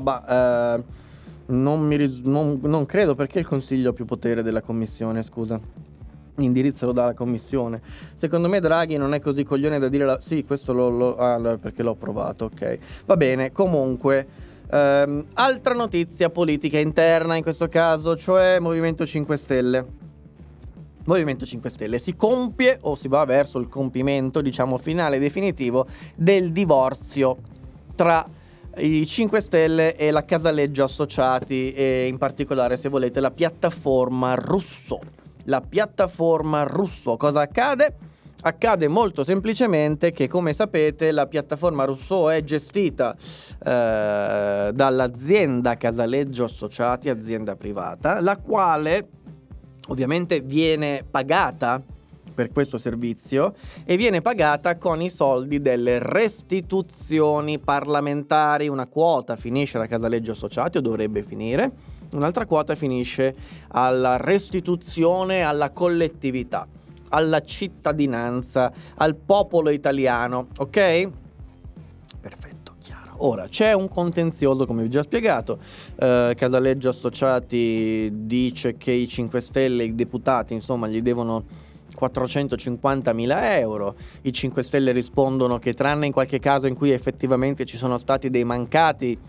Speaker 6: Non credo, perché il consiglio ha più potere della commissione, scusa. L'indirizzo lo dà la commissione. Secondo me Draghi non è così coglione da dire sì, questo perché l'ho provato, ok. Va bene, comunque. Altra notizia politica interna in questo caso, cioè Movimento 5 Stelle. Movimento 5 Stelle si compie, o si va verso il compimento, diciamo, finale definitivo del divorzio tra i 5 Stelle e la Casaleggio Associati, e in particolare, se volete, la piattaforma Rousseau. La piattaforma Rousseau. Cosa accade? Accade molto semplicemente che, come sapete, la piattaforma Rousseau è gestita dall'azienda Casaleggio Associati, azienda privata, la quale ovviamente viene pagata per questo servizio, e viene pagata con i soldi delle restituzioni parlamentari. Una quota finisce alla Casaleggio Associati, o dovrebbe finire, un'altra quota finisce alla restituzione alla collettività, alla cittadinanza, al popolo italiano, ok? Perfetto. Ora, c'è un contenzioso, come vi ho già spiegato. Casaleggio Associati dice che i 5 Stelle, i deputati, insomma, gli devono 450.000 euro. I 5 Stelle rispondono che, tranne in qualche caso in cui effettivamente ci sono stati dei mancati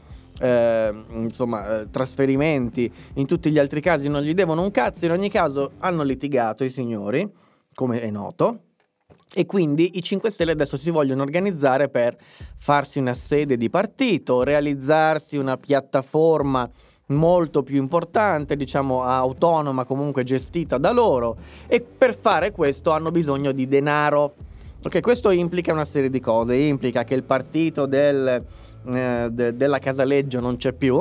Speaker 6: trasferimenti, in tutti gli altri casi non gli devono un cazzo. In ogni caso hanno litigato i signori, come è noto, e quindi i 5 Stelle adesso si vogliono organizzare per farsi una sede di partito, realizzarsi una piattaforma molto più importante, diciamo autonoma, comunque gestita da loro, e per fare questo hanno bisogno di denaro. Ok, questo implica una serie di cose. Implica che il partito della Casaleggio non c'è più.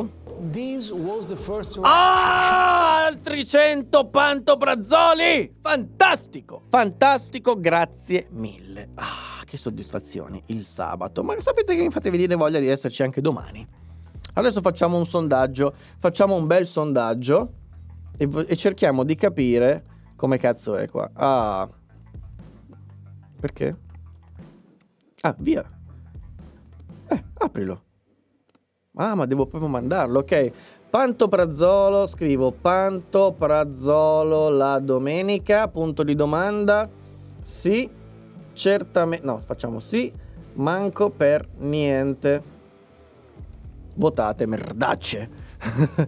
Speaker 6: Altri 100 pantoprazzoli! Fantastico, grazie mille. Che soddisfazione il sabato. Ma sapete che mi fate venire voglia di esserci anche domani. Adesso facciamo un sondaggio, facciamo un bel sondaggio e cerchiamo di capire come cazzo è qua. Perché? Via. Aprilo. Ma devo proprio mandarlo, ok. Pantoprazzolo, scrivo Pantoprazzolo la domenica, punto di domanda. Sì, certamente. No, facciamo sì, manco per niente. Votate, merdacce.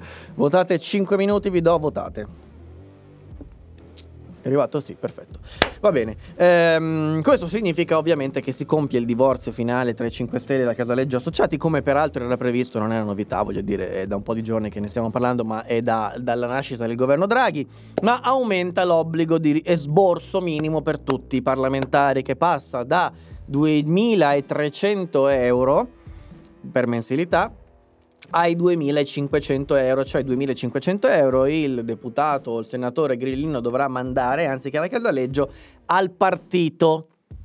Speaker 6: Votate 5 minuti, vi do, votate. È arrivato? Sì, perfetto. Va bene, questo significa ovviamente che si compie il divorzio finale tra i 5 Stelle e la Casaleggio Associati, come peraltro era previsto, non è una novità, voglio dire, è da un po' di giorni che ne stiamo parlando, ma è dalla nascita del governo Draghi, ma aumenta l'obbligo di esborso minimo per tutti i parlamentari, che passa da 2.300 euro per mensilità ai 2.500 euro, cioè 2.500 euro il deputato o il senatore grillino dovrà mandare, anziché alla Casaleggio, al partito,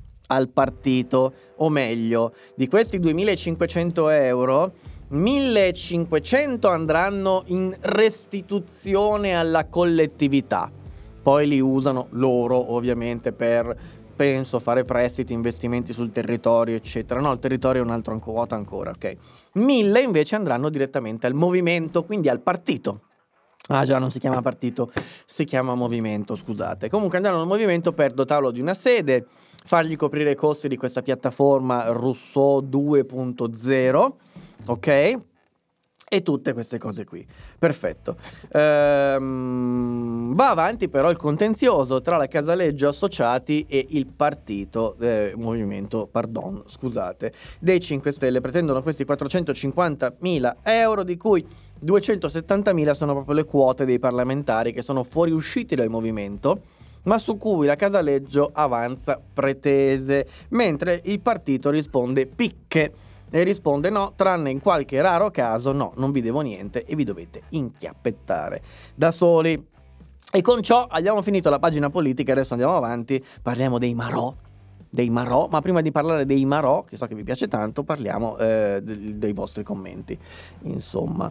Speaker 6: o meglio, di questi 2.500 euro, 1.500 andranno in restituzione alla collettività, poi li usano loro ovviamente per, penso, fare prestiti, investimenti sul territorio, eccetera. No, il territorio è un'altra quota ancora, ok? 1.000 invece andranno direttamente al movimento, quindi al partito. Ah già, non si chiama partito, si chiama movimento, scusate. Comunque andranno al movimento per dotarlo di una sede, fargli coprire i costi di questa piattaforma Rousseau 2.0, ok? E tutte queste cose qui. Perfetto. Va avanti però il contenzioso tra la Casaleggio Associati e il partito movimento, scusate, dei 5 Stelle. Pretendono questi 450.000 euro, di cui 270.000 sono proprio le quote dei parlamentari che sono fuoriusciti dal movimento, ma su cui la Casaleggio avanza pretese, mentre il partito risponde picche. E risponde no, tranne in qualche raro caso, no, non vi devo niente e vi dovete inchiappettare da soli. E con ciò abbiamo finito la pagina politica, adesso andiamo avanti, parliamo dei Marò, ma prima di parlare dei Marò, che so che vi piace tanto, parliamo dei vostri commenti. Insomma,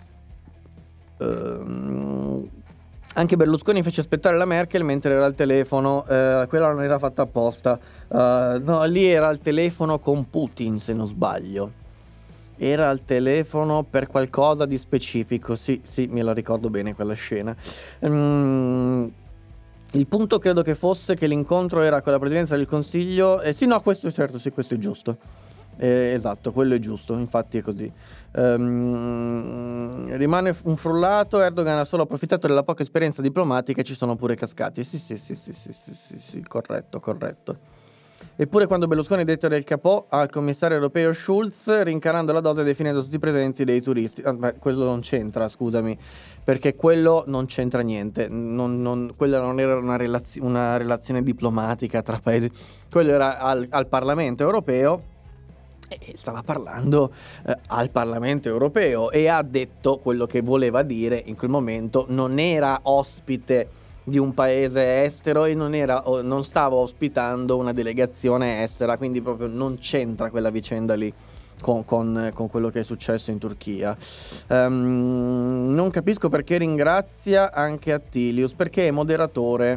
Speaker 6: anche Berlusconi fece aspettare la Merkel mentre era al telefono, quella non era fatta apposta, no, lì era al telefono con Putin, se non sbaglio, era al telefono per qualcosa di specifico, sì, me la ricordo bene quella scena. Il punto credo che fosse che l'incontro era con la Presidenza del Consiglio, sì no, questo è certo, sì, questo è giusto. Esatto, quello è giusto, infatti è così. Rimane un frullato. Erdogan ha solo approfittato della poca esperienza diplomatica e ci sono pure cascati. Sì, corretto. Eppure quando Berlusconi dette il capo al commissario europeo Schulz, rincarando la dose e definendo tutti i presenti dei turisti. Quello non c'entra, scusami, perché quello non c'entra niente. Quella non era una relazione diplomatica tra paesi. Quello era al Parlamento europeo. E stava parlando al Parlamento europeo e ha detto quello che voleva dire in quel momento. Non era ospite di un paese estero e non stava ospitando una delegazione estera, quindi proprio non c'entra quella vicenda lì con quello che è successo in Turchia. Non capisco perché ringrazia anche Attilius, perché è moderatore,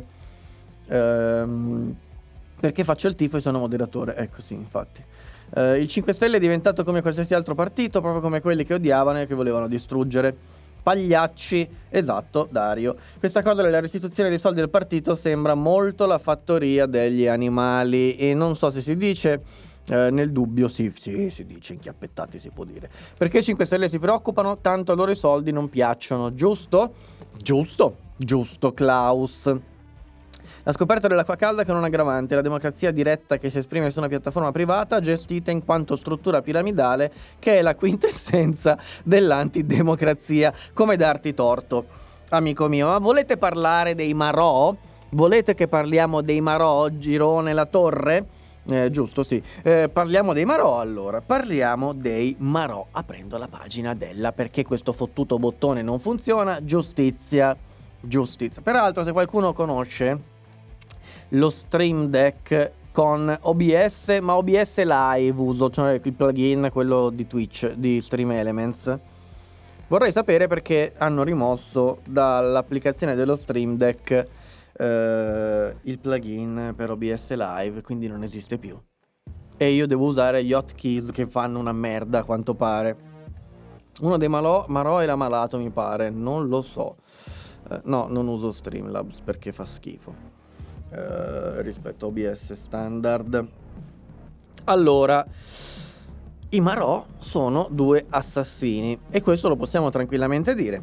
Speaker 6: perché faccio il tifo e sono moderatore, ecco sì, infatti. Il 5 Stelle è diventato come qualsiasi altro partito, proprio come quelli che odiavano e che volevano distruggere. Pagliacci, esatto, Dario. Questa cosa della restituzione dei soldi del partito sembra molto la fattoria degli animali e non so se si dice, nel dubbio sì, si dice, inchiappettati si può dire. Perché i 5 Stelle si preoccupano, tanto a loro i soldi non piacciono, giusto? Giusto, Klaus. La scoperta dell'acqua calda che non è aggravante, la democrazia diretta che si esprime su una piattaforma privata gestita in quanto struttura piramidale, che è la quintessenza dell'antidemocrazia. Come darti torto, amico mio? Ma volete parlare dei Marò? Volete che parliamo dei Marò, Girone, La Torre? Giusto, sì. Parliamo dei Marò, allora. Parliamo dei Marò, aprendo la pagina della perché questo fottuto bottone non funziona. Giustizia. Peraltro, se qualcuno conosce lo Stream Deck con OBS, ma OBS Live uso, cioè il plugin, quello di Twitch, di Stream Elements. Vorrei sapere perché hanno rimosso dall'applicazione dello Stream Deck il plugin per OBS Live, quindi non esiste più. E io devo usare gli hotkeys che fanno una merda a quanto pare. Uno dei Marò era malato, mi pare, non lo so. No, non uso Streamlabs perché fa schifo rispetto a OBS standard. Allora, i Marò sono due assassini e questo lo possiamo tranquillamente dire.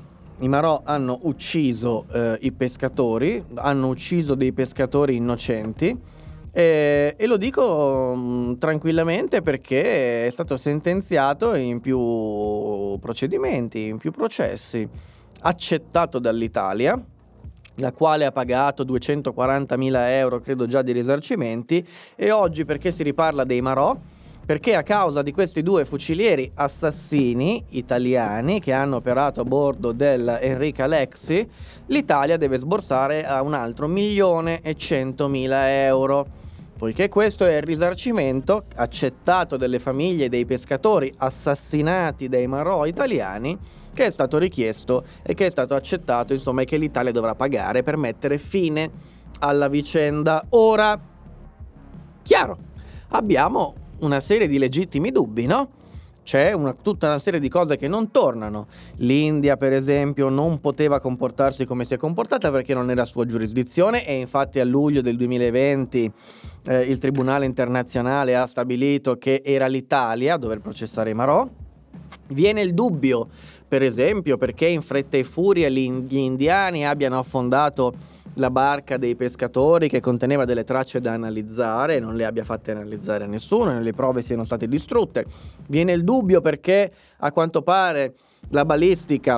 Speaker 6: I Marò hanno ucciso i pescatori, hanno ucciso dei pescatori innocenti e lo dico tranquillamente perché è stato sentenziato in più procedimenti, in più processi, accettato dall'Italia, la quale ha pagato 240.000 euro, credo già, di risarcimenti, e oggi perché si riparla dei Marò? Perché a causa di questi due fucilieri assassini italiani che hanno operato a bordo del Enrica Lexi, l'Italia deve sborsare a un altro 1.100.000 euro, poiché questo è il risarcimento accettato dalle famiglie dei pescatori assassinati dai Marò italiani, che è stato richiesto e che è stato accettato, insomma, e che l'Italia dovrà pagare per mettere fine alla vicenda. Ora, chiaro, abbiamo una serie di legittimi dubbi, no? C'è tutta una serie di cose che non tornano. L'India, per esempio, non poteva comportarsi come si è comportata perché non era sua giurisdizione, e infatti a luglio del 2020 il Tribunale internazionale ha stabilito che era l'Italia a dover processare i Marò. Viene il dubbio, per esempio, perché in fretta e furia gli indiani abbiano affondato la barca dei pescatori che conteneva delle tracce da analizzare e non le abbia fatte analizzare a nessuno e le prove siano state distrutte. Viene il dubbio perché a quanto pare la balistica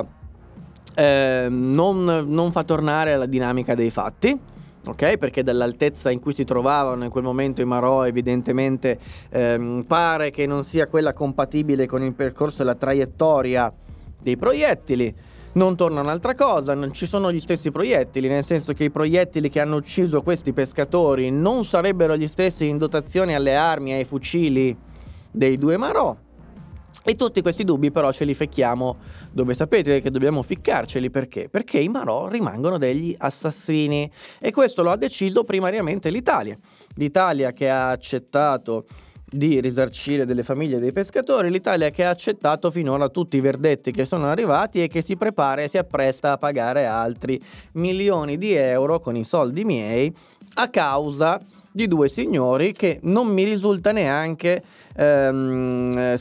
Speaker 6: non fa tornare la dinamica dei fatti, ok? Perché dall'altezza in cui si trovavano in quel momento i Marò evidentemente pare che non sia quella compatibile con il percorso e la traiettoria dei proiettili. Non torna un'altra cosa, non ci sono gli stessi proiettili, nel senso che i proiettili che hanno ucciso questi pescatori non sarebbero gli stessi in dotazione alle armi e ai fucili dei due Marò. E tutti questi dubbi però ce li ficchiamo dove sapete che dobbiamo ficcarceli, perché? Perché i Marò rimangono degli assassini, e questo lo ha deciso primariamente l'Italia. L'Italia che ha accettato di risarcire delle famiglie dei pescatori, l'Italia che ha accettato finora tutti i verdetti che sono arrivati e che si prepara e si appresta a pagare altri milioni di euro con i soldi miei a causa di due signori che non mi risulta neanche abbiano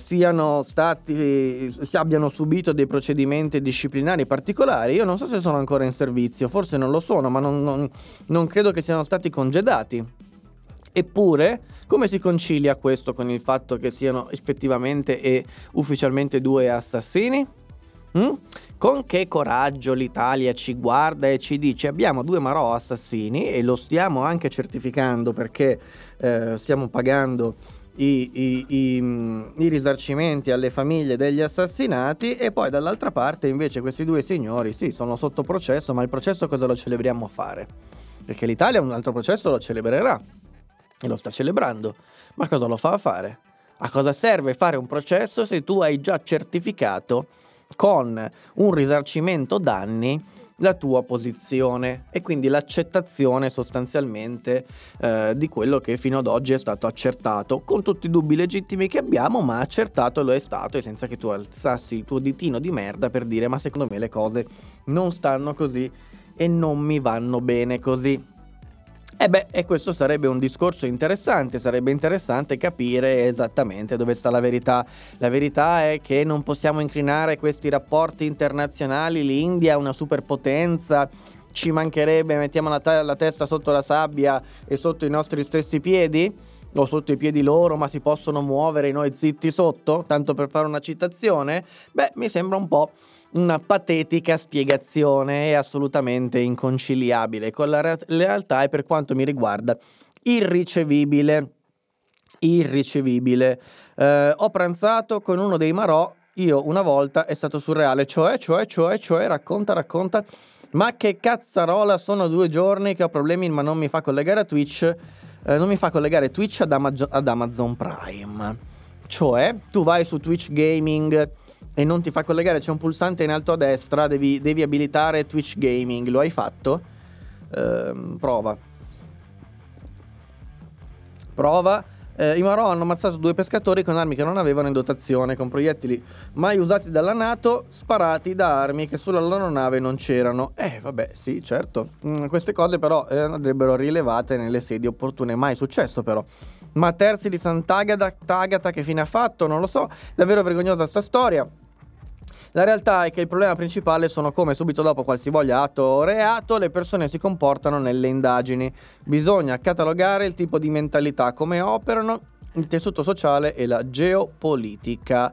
Speaker 6: subito dei procedimenti disciplinari particolari. Io non so se sono ancora in servizio, forse non lo sono, ma non credo che siano stati congedati. Eppure, come si concilia questo con il fatto che siano effettivamente e ufficialmente due assassini? Con che coraggio l'Italia ci guarda e ci dice: abbiamo due Marò assassini e lo stiamo anche certificando perché stiamo pagando i risarcimenti alle famiglie degli assassinati, e poi dall'altra parte invece questi due signori sì, sono sotto processo, ma il processo cosa lo celebriamo a fare? Perché l'Italia un altro processo lo celebrerà e lo sta celebrando, ma cosa lo fa a fare? A cosa serve fare un processo se tu hai già certificato con un risarcimento danni la tua posizione e quindi l'accettazione sostanzialmente di quello che fino ad oggi è stato accertato, con tutti i dubbi legittimi che abbiamo, ma accertato lo è stato, e senza che tu alzassi il tuo ditino di merda per dire: ma secondo me le cose non stanno così e non mi vanno bene così. E questo sarebbe un discorso interessante, sarebbe interessante capire esattamente dove sta la verità. La verità è che non possiamo incrinare questi rapporti internazionali, l'India è una superpotenza, ci mancherebbe, mettiamo la testa sotto la sabbia e sotto i nostri stessi piedi, o sotto i piedi loro, ma si possono muovere e noi zitti sotto, tanto per fare una citazione? Mi sembra un po' una patetica spiegazione, è assolutamente inconciliabile con la realtà e, per quanto mi riguarda, irricevibile. Ho pranzato con uno dei Marò, io una volta, è stato surreale, cioè, racconta, ma che cazzarola, sono 2 giorni che ho problemi ma non mi fa collegare a Twitch, non mi fa collegare Twitch ad Amazon Prime. Cioè, tu vai su Twitch Gaming e non ti fa collegare, c'è un pulsante in alto a destra, devi abilitare Twitch Gaming. Lo hai fatto? Prova. I Marò hanno ammazzato 2 pescatori con armi che non avevano in dotazione, con proiettili mai usati dalla NATO, sparati da armi che sulla loro nave non c'erano. Vabbè, sì, certo. Queste cose però andrebbero rilevate nelle sedi opportune. Mai successo però. Ma Terzi di Sant'Agata, che fine ha fatto? Non lo so. Davvero vergognosa sta storia. La realtà è che il problema principale sono come subito dopo qualsivoglia atto o reato le persone si comportano nelle indagini. Bisogna catalogare il tipo di mentalità, come operano, il tessuto sociale e la geopolitica.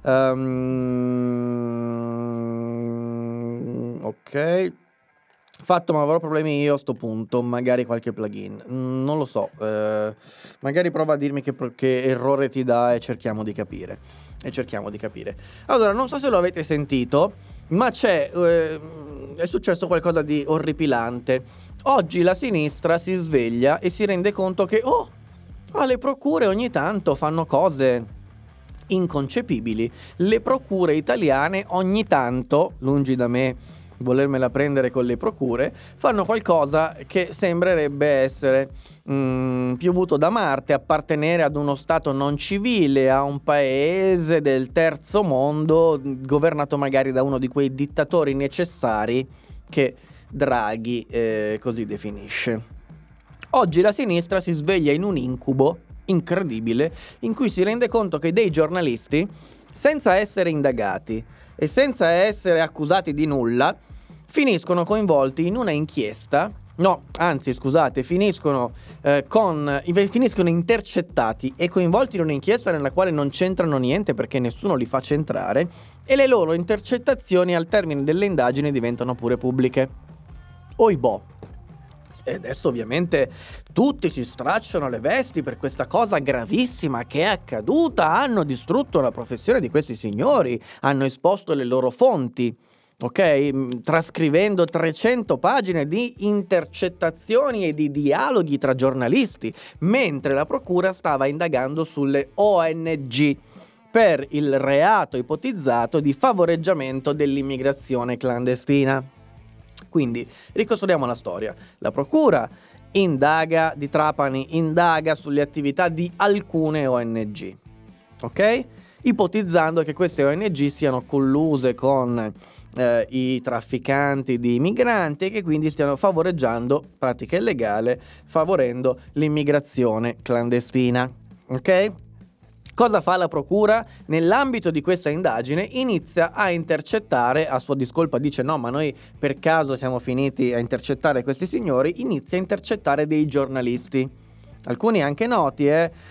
Speaker 6: Ok. Fatto, ma avrò problemi io a sto punto, magari qualche plugin, non lo so, magari prova a dirmi che errore ti dà e cerchiamo di capire. Allora, non so se lo avete sentito, ma è successo qualcosa di orripilante. Oggi la sinistra si sveglia e si rende conto che le procure ogni tanto fanno cose inconcepibili. Le procure italiane ogni tanto, lungi da me volermela prendere con le procure, fanno qualcosa che sembrerebbe essere piovuto da Marte, appartenere ad uno stato non civile, a un paese del terzo mondo governato magari da uno di quei dittatori necessari che Draghi così definisce. Oggi la sinistra si sveglia in un incubo incredibile in cui si rende conto che dei giornalisti, senza essere indagati e senza essere accusati di nulla, finiscono coinvolti in una inchiesta. Finiscono intercettati e coinvolti in un'inchiesta nella quale non c'entrano niente perché nessuno li fa centrare, e le loro intercettazioni al termine delle indagini diventano pure pubbliche. Oibò. E adesso ovviamente tutti si stracciano le vesti per questa cosa gravissima che è accaduta. Hanno distrutto la professione di questi signori, hanno esposto le loro fonti, ok? Trascrivendo 300 pagine di intercettazioni e di dialoghi tra giornalisti, mentre la procura stava indagando sulle ONG per il reato ipotizzato di favoreggiamento dell'immigrazione clandestina. Quindi ricostruiamo la storia. La procura di Trapani indaga sulle attività di alcune ONG, ok? Ipotizzando che queste ONG siano colluse con i trafficanti di migranti e che quindi stiano favoreggiando pratica illegale, favorendo l'immigrazione clandestina, ok? Cosa fa la procura? Nell'ambito di questa indagine inizia a intercettare, a sua discolpa dice no, ma noi per caso siamo finiti a intercettare questi signori, inizia a intercettare dei giornalisti, alcuni anche noti,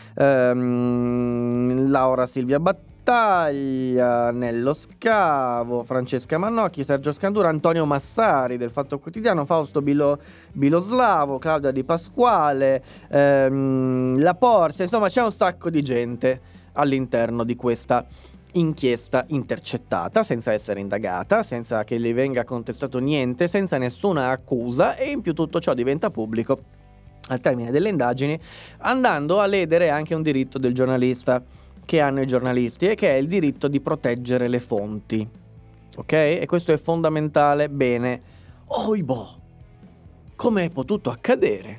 Speaker 6: Laura Silvia Battaglia, Nello Scavo, Francesca Mannocchi, Sergio Scandura, Antonio Massari del Fatto Quotidiano, Fausto Biloslavo, Claudia Di Pasquale, La Porcia, insomma c'è un sacco di gente all'interno di questa inchiesta intercettata, senza essere indagata, senza che le venga contestato niente, senza nessuna accusa, e in più tutto ciò diventa pubblico al termine delle indagini, andando a ledere anche un diritto del giornalista che hanno i giornalisti, e che è il diritto di proteggere le fonti, ok? E questo è fondamentale. Bene, come è potuto accadere?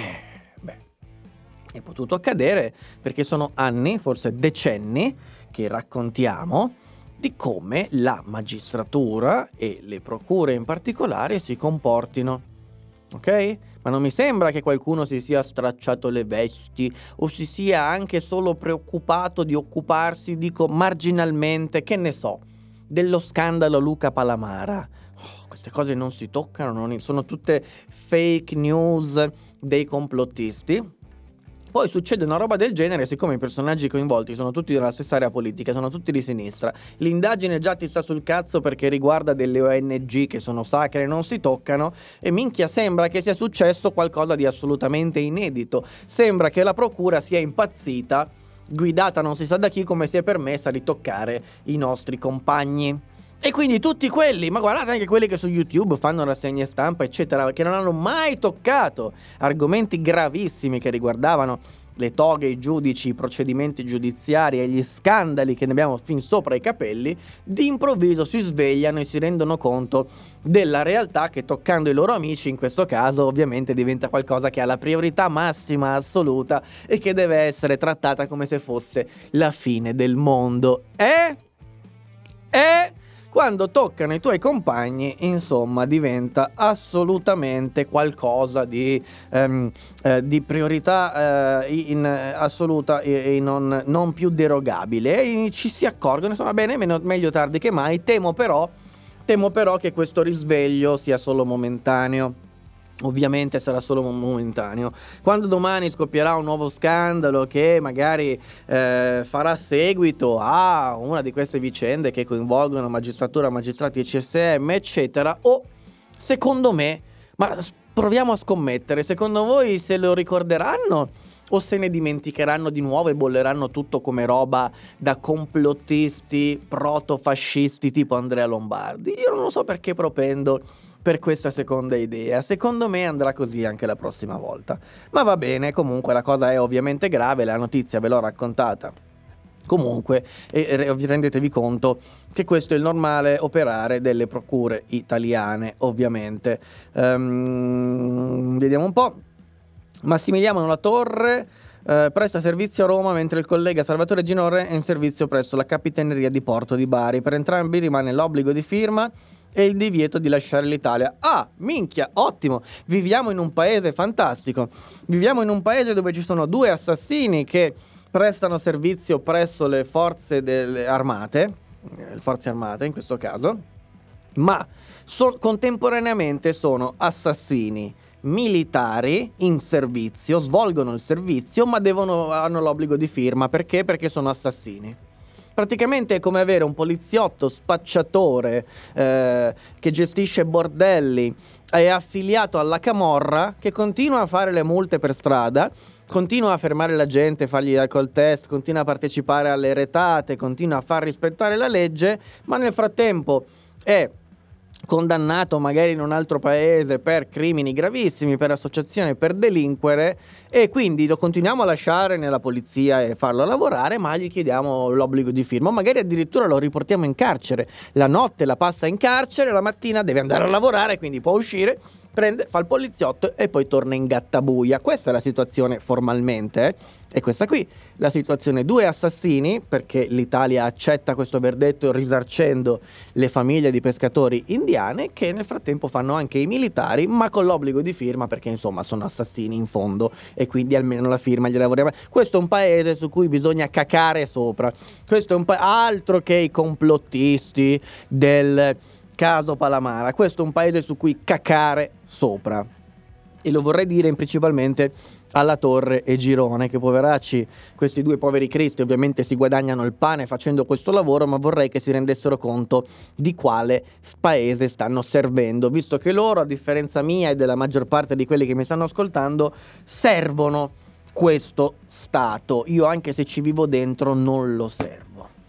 Speaker 6: È potuto accadere perché sono anni, forse decenni, che raccontiamo di come la magistratura e le procure in particolare si comportino, ok? Ma non mi sembra che qualcuno si sia stracciato le vesti o si sia anche solo preoccupato di occuparsi, marginalmente, che ne so, dello scandalo Luca Palamara. Queste cose non si toccano, sono tutte fake news dei complottisti. Poi succede una roba del genere, siccome i personaggi coinvolti sono tutti della stessa area politica, sono tutti di sinistra, l'indagine già ti sta sul cazzo perché riguarda delle ONG che sono sacre e non si toccano, e minchia sembra che sia successo qualcosa di assolutamente inedito. Sembra che la procura sia impazzita, guidata non si sa da chi, come si è permessa di toccare i nostri compagni. E quindi tutti quelli, ma guardate anche quelli che su YouTube fanno rassegne stampa eccetera, che non hanno mai toccato argomenti gravissimi che riguardavano le toghe, i giudici, i procedimenti giudiziari e gli scandali che ne abbiamo fin sopra i capelli, d'improvviso si svegliano e si rendono conto della realtà che, toccando i loro amici, in questo caso ovviamente diventa qualcosa che ha la priorità massima assoluta e che deve essere trattata come se fosse la fine del mondo. quando toccano i tuoi compagni, insomma, diventa assolutamente qualcosa di priorità in assoluta e non più derogabile. E ci si accorgono, insomma, bene, meglio tardi che mai. Temo però che questo risveglio sia solo momentaneo. Ovviamente sarà solo momentaneo. Quando domani scoppierà un nuovo scandalo che magari farà seguito a una di queste vicende che coinvolgono magistratura, magistrati e CSM, eccetera, o secondo me, ma proviamo a scommettere, secondo voi se lo ricorderanno o se ne dimenticheranno di nuovo e bolleranno tutto come roba da complottisti protofascisti tipo Andrea Lombardi? Io non lo so perché propendo per questa seconda idea. Secondo me andrà così anche la prossima volta. Ma va bene, comunque la cosa è ovviamente grave, la notizia ve l'ho raccontata comunque, e rendetevi conto che questo è il normale operare delle procure italiane, ovviamente. Vediamo un po'. Massimiliano Latorre presta servizio a Roma mentre il collega Salvatore Ginore è in servizio presso la Capitaneria di Porto di Bari. Per entrambi rimane l'obbligo di firma e il divieto di lasciare l'Italia. Ah, minchia, ottimo! Viviamo in un paese fantastico. Viviamo in un paese dove ci sono due assassini che prestano servizio presso le forze armate in questo caso, ma contemporaneamente sono assassini militari in servizio, svolgono il servizio, ma hanno l'obbligo di firma. Perché? Perché sono assassini. Praticamente è come avere un poliziotto spacciatore che gestisce bordelli, è affiliato alla camorra, che continua a fare le multe per strada, continua a fermare la gente, fargli l'alcol test, continua a partecipare alle retate, continua a far rispettare la legge, ma nel frattempo è condannato magari in un altro paese per crimini gravissimi, per associazione, per delinquere, e quindi lo continuiamo a lasciare nella polizia e farlo lavorare, ma gli chiediamo l'obbligo di firma, o magari addirittura lo riportiamo in carcere. La notte la passa in carcere, la mattina deve andare a lavorare, quindi può uscire, prende, fa il poliziotto e poi torna in gattabuia. Questa è la situazione formalmente, e questa qui la situazione: due assassini, perché l'Italia accetta questo verdetto risarcendo le famiglie di pescatori indiane, che nel frattempo fanno anche i militari, ma con l'obbligo di firma, perché insomma sono assassini in fondo e quindi almeno la firma gliela vorremmo. Questo è un paese su cui bisogna cacare sopra. Questo è altro che i complottisti del caso Palamara. Questo è un paese su cui cacare sopra, e lo vorrei dire principalmente alla Torre e Girone, che poveracci, questi due poveri cristi ovviamente si guadagnano il pane facendo questo lavoro, ma vorrei che si rendessero conto di quale paese stanno servendo, visto che loro, a differenza mia e della maggior parte di quelli che mi stanno ascoltando, servono questo Stato. Io, anche se ci vivo dentro, non lo servo.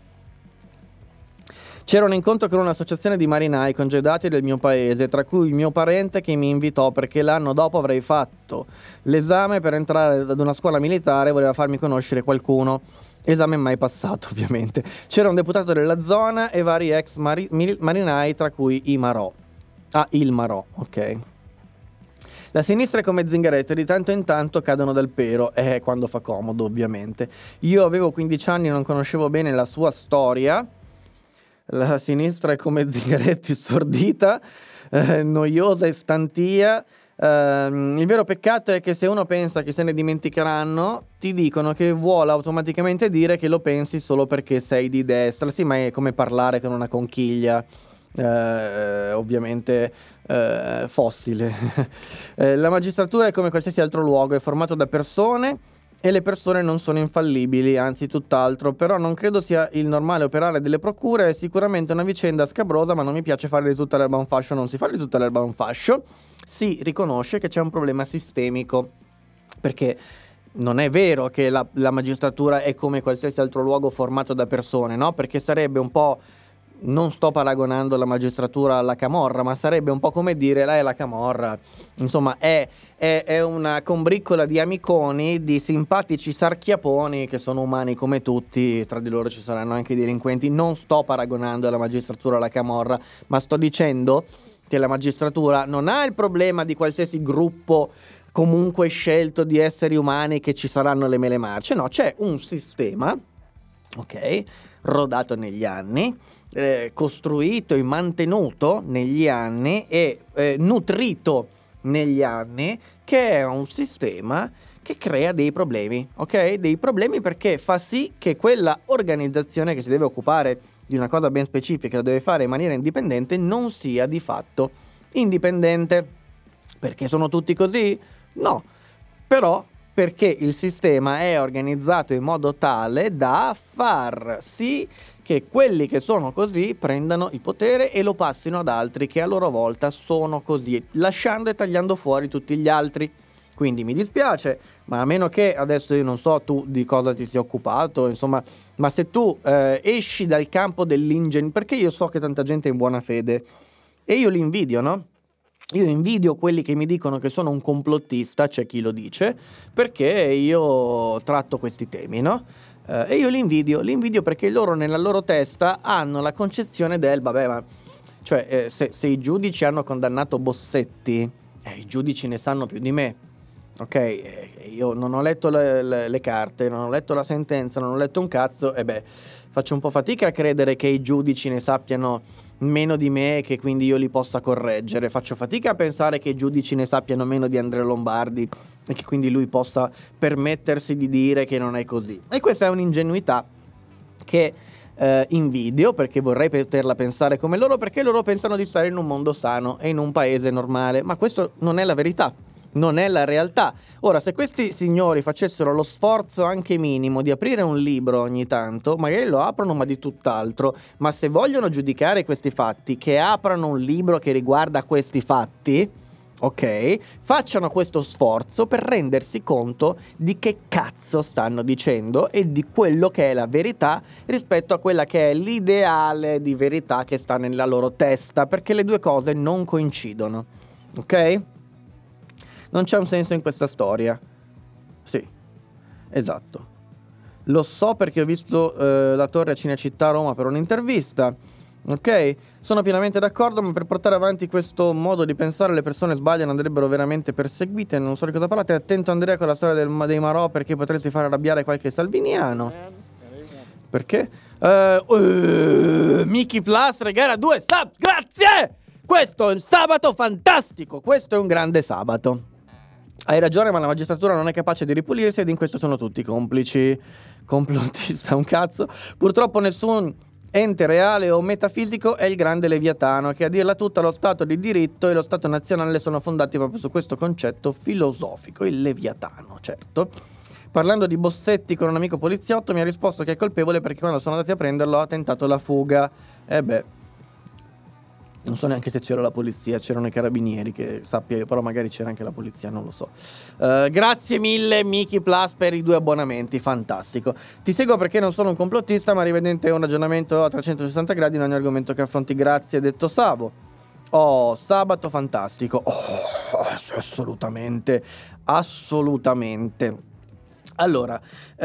Speaker 6: C'era un incontro con un'associazione di marinai congedati del mio paese, tra cui il mio parente che mi invitò perché l'anno dopo avrei fatto l'esame per entrare ad una scuola militare, voleva farmi conoscere qualcuno. Esame mai passato, ovviamente. C'era un deputato della zona e vari ex marinai, tra cui il Marò, ok. La sinistra è come Zingaretti, di tanto in tanto cadono dal pero, quando fa comodo, ovviamente. Io avevo 15 anni e non conoscevo bene la sua storia. La sinistra è come Zingaretti, stordita, noiosa e stantia. Il vero peccato è che se uno pensa che se ne dimenticheranno, ti dicono che vuole automaticamente dire che lo pensi solo perché sei di destra. Sì, ma è come parlare con una conchiglia, ovviamente fossile. La magistratura è come qualsiasi altro luogo, è formato da persone e le persone non sono infallibili, anzi tutt'altro. Però non credo sia il normale operare delle procure. È sicuramente una vicenda scabrosa, ma non mi piace fare di tutta l'erba un fascio. Non si fa di tutta l'erba un fascio. Si riconosce che c'è un problema sistemico, perché non è vero che la magistratura è come qualsiasi altro luogo formato da persone, no? Perché sarebbe un po', non sto paragonando la magistratura alla camorra, ma sarebbe un po' come dire lei è la camorra, insomma è una combriccola di amiconi, di simpatici sarchiaponi che sono umani come tutti, tra di loro ci saranno anche i delinquenti. Non sto paragonando la magistratura alla camorra, ma sto dicendo che la magistratura non ha il problema di qualsiasi gruppo comunque scelto di esseri umani che ci saranno le mele marce, no, c'è un sistema, ok, rodato negli anni, costruito e mantenuto negli anni e nutrito negli anni, che è un sistema che crea dei problemi, ok? Dei problemi perché fa sì che quella organizzazione che si deve occupare di una cosa ben specifica, lo deve fare in maniera indipendente, non sia di fatto indipendente. Perché sono tutti così? No, però perché il sistema è organizzato in modo tale da far sì che quelli che sono così prendano il potere e lo passino ad altri che a loro volta sono così, lasciando e tagliando fuori tutti gli altri. Quindi mi dispiace, ma a meno che adesso io non so tu di cosa ti sia occupato, insomma, ma se tu esci dal campo dell'ingegneria, perché io so che tanta gente è in buona fede e io li invidio, no? Io invidio quelli che mi dicono che sono un complottista, c'è chi lo dice, perché io tratto questi temi, no? E io li invidio perché loro nella loro testa hanno la concezione del, vabbè, ma cioè se i giudici hanno condannato Bossetti, i giudici ne sanno più di me, ok? Io non ho letto le carte, non ho letto la sentenza, non ho letto un cazzo, e beh, faccio un po' fatica a credere che i giudici ne sappiano meno di me e che quindi io li possa correggere. Faccio fatica a pensare che i giudici ne sappiano meno di Andrea Lombardi e che quindi lui possa permettersi di dire che non è così. E questa è un'ingenuità che invidio, perché vorrei poterla pensare come loro, perché loro pensano di stare in un mondo sano e in un paese normale, ma questo non è la verità. Non è la realtà. Ora, se questi signori facessero lo sforzo anche minimo di aprire un libro ogni tanto, magari lo aprono ma di tutt'altro, ma se vogliono giudicare questi fatti, che aprano un libro che riguarda questi fatti, ok? Facciano questo sforzo per rendersi conto di che cazzo stanno dicendo e di quello che è la verità rispetto a quella che è l'ideale di verità che sta nella loro testa, perché le due cose non coincidono, ok? Non c'è un senso in questa storia. Sì, esatto. Lo so perché ho visto la torre a Cinecittà Roma per un'intervista. Ok? Sono pienamente d'accordo, ma per portare avanti questo modo di pensare le persone sbagliano, andrebbero veramente perseguite. Non so di cosa parlate. Attento Andrea con la storia dei Marò, perché potresti far arrabbiare qualche salviniano. Perché? Mickey Plus regala 2 sub. Grazie! Questo è un sabato fantastico. Questo è un grande sabato. Hai ragione, ma la magistratura non è capace di ripulirsi ed in questo sono tutti complici. Complottista un cazzo. Purtroppo nessun ente reale o metafisico è il grande Leviatano, che a dirla tutta lo Stato di diritto e lo Stato nazionale sono fondati proprio su questo concetto filosofico, il Leviatano, certo. Parlando di Bossetti con un amico poliziotto mi ha risposto che è colpevole perché quando sono andati a prenderlo ha tentato la fuga. Non so neanche se c'era la polizia, c'erano i carabinieri, che sappia io, però magari c'era anche la polizia, non lo so. Grazie mille Mickey Plus per i 2 abbonamenti, fantastico. Ti seguo perché non sono un complottista, ma rivedente un ragionamento a 360 gradi in ogni argomento che affronti. Grazie, detto Savo. Oh, sabato fantastico. Oh, assolutamente, assolutamente. Allora,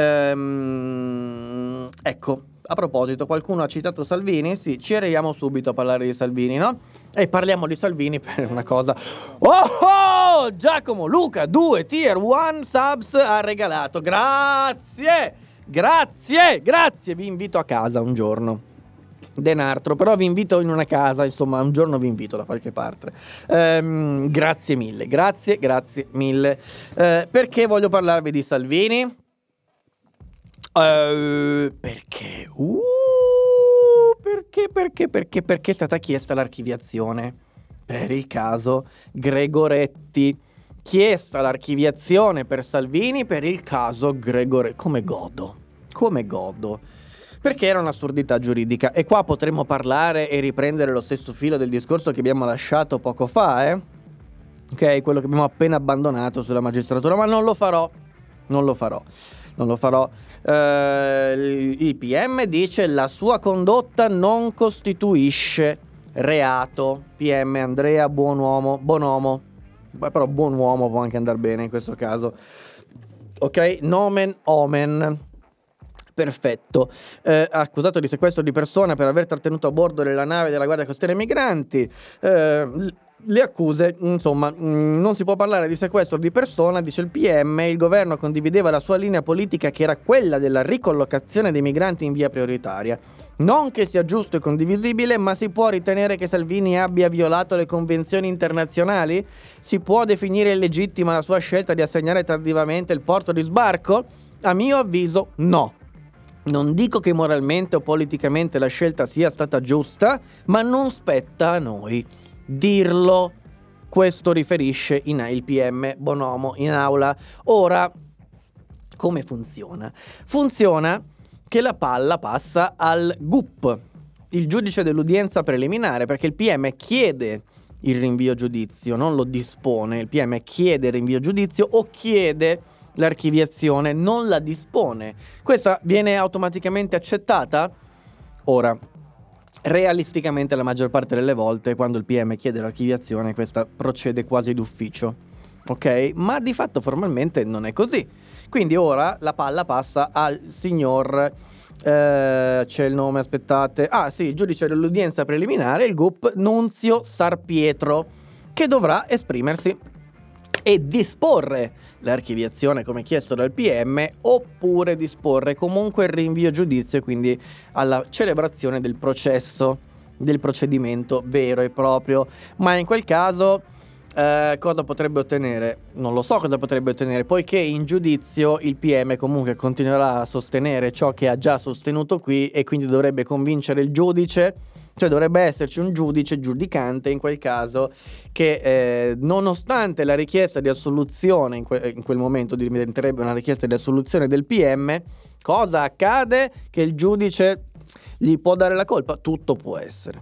Speaker 6: ecco. A proposito, qualcuno ha citato Salvini? Sì, ci arriviamo subito a parlare di Salvini, no? E parliamo di Salvini per una cosa. Oh! Giacomo Luca 2 Tier 1 subs ha regalato. Grazie! Grazie! Vi invito a casa un giorno. Denartro, però vi invito in una casa, insomma, un giorno vi invito da qualche parte. Grazie mille, grazie mille. Perché voglio parlarvi di Salvini? Perché è stata chiesta l'archiviazione per il caso Gregoretti. Chiesta l'archiviazione per Salvini per il caso Gregoretti. Come godo. Perché era un'assurdità giuridica. E qua potremmo parlare e riprendere lo stesso filo del discorso che abbiamo lasciato poco fa, ok, quello che abbiamo appena abbandonato sulla magistratura, ma non lo farò. Il PM dice la sua condotta non costituisce reato. PM Andrea, buon uomo. Però buon uomo può anche andare bene in questo caso. Ok, nomen omen. Perfetto. Accusato di sequestro di persona per aver trattenuto a bordo della nave della Guardia Costiera migranti. Le accuse, insomma, non si può parlare di sequestro di persona, dice il PM. Il governo condivideva la sua linea politica, che era quella della ricollocazione dei migranti in via prioritaria. Non che sia giusto e condivisibile, ma si può ritenere che Salvini abbia violato le convenzioni internazionali? Si può definire illegittima la sua scelta di assegnare tardivamente il porto di sbarco? A mio avviso no. Non dico che moralmente o politicamente la scelta sia stata giusta, ma non spetta a noi dirlo. Questo riferisce il PM Bonomo in aula. Ora, come funziona? Funziona che la palla passa al GUP, il giudice dell'udienza preliminare, perché il PM chiede il rinvio a giudizio, non lo dispone. Il PM chiede il rinvio a giudizio o chiede l'archiviazione, non la dispone. Questa viene automaticamente accettata? Ora, realisticamente la maggior parte delle volte quando il PM chiede l'archiviazione questa procede quasi d'ufficio, ok? Ma di fatto formalmente non è così. Quindi ora la palla passa al signor c'è il nome, aspettate. Il giudice dell'udienza preliminare, il GUP Nunzio Sarpietro, che dovrà esprimersi e disporre l'archiviazione come chiesto dal PM, oppure disporre comunque il rinvio a giudizio, quindi alla celebrazione del processo, del procedimento vero e proprio. Ma in quel caso cosa potrebbe ottenere? Non lo so cosa potrebbe ottenere, poiché in giudizio il PM comunque continuerà a sostenere ciò che ha già sostenuto qui, e quindi dovrebbe convincere il giudice. Cioè dovrebbe esserci un giudice giudicante in quel caso che nonostante la richiesta di assoluzione in quel momento diventerebbe una richiesta di assoluzione del PM, cosa accade? Che il giudice gli può dare la colpa? Tutto può essere,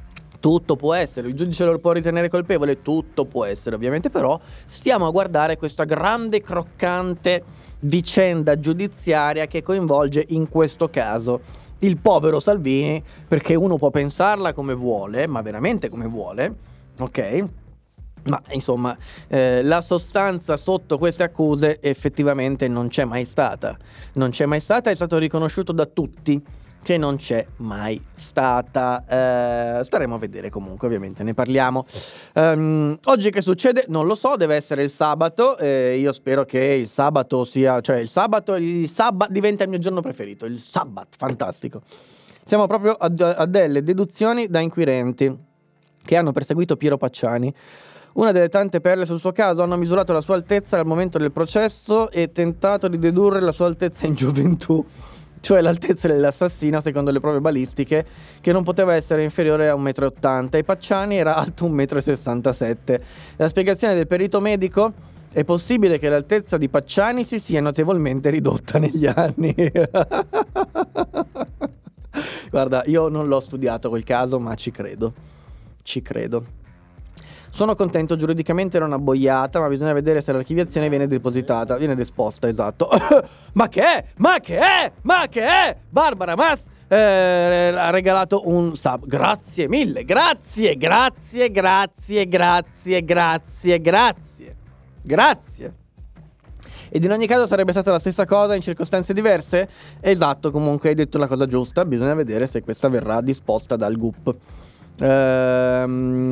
Speaker 6: il giudice lo può ritenere colpevole, tutto può essere ovviamente, però stiamo a guardare questa grande croccante vicenda giudiziaria che coinvolge in questo caso il povero Salvini, perché uno può pensarla come vuole, ma veramente come vuole, ok? Ma insomma, la sostanza sotto queste accuse effettivamente non c'è mai stata. Non c'è mai stata, è stato riconosciuto da tutti che non c'è mai stata. Staremo a vedere comunque, ovviamente ne parliamo. Oggi che succede? Non lo so, deve essere il sabato. Io spero che il sabato sia, cioè il sabato diventa il mio giorno preferito, il sabato, fantastico. Siamo proprio a delle deduzioni da inquirenti che hanno perseguito Piero Pacciani. Una delle tante perle sul suo caso: hanno misurato la sua altezza al momento del processo e tentato di dedurre la sua altezza in gioventù, cioè l'altezza dell'assassino secondo le prove balistiche, che non poteva essere inferiore a 1,80 m, e Pacciani era alto 1,67 m. La spiegazione del perito medico: è possibile che l'altezza di Pacciani si sia notevolmente ridotta negli anni. Guarda, io non l'ho studiato quel caso, ma ci credo. Sono contento, giuridicamente era una boiata, ma bisogna vedere se l'archiviazione viene disposta, esatto. Ma che è? Barbara Mas ha regalato un sub. Grazie mille, grazie. Ed in ogni caso sarebbe stata la stessa cosa in circostanze diverse? Esatto, comunque hai detto la cosa giusta, bisogna vedere se questa verrà disposta dal GUP. C'è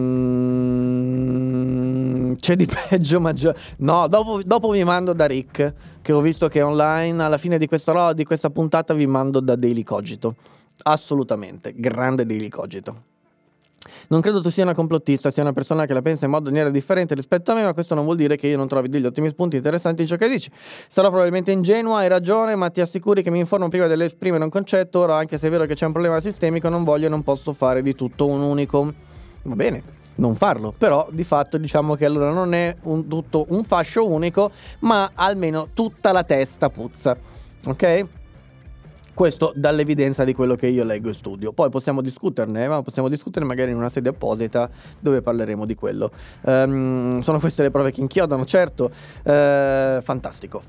Speaker 6: di peggio, ma no, dopo vi mando da Rick, che ho visto che online alla fine di questa puntata vi mando da Daily Cogito. Assolutamente, grande Daily Cogito. Non credo tu sia una complottista, sia una persona che la pensa in modo differente rispetto a me, ma questo non vuol dire che io non trovi degli ottimi spunti interessanti in ciò che dici. Sarò probabilmente ingenua, hai ragione, ma ti assicuri che mi informo prima dell'esprimere un concetto. Ora, anche se è vero che c'è un problema sistemico, non voglio e non posso fare di tutto un unicum. Va bene, non farlo, però di fatto diciamo che allora non è tutto un fascio unico, ma almeno tutta la testa puzza, ok? Questo dall'evidenza di quello che io leggo e studio. Poi possiamo discuterne, ma possiamo discutere magari in una sede apposita dove parleremo di quello. Sono queste le prove che inchiodano, certo. Fantastico,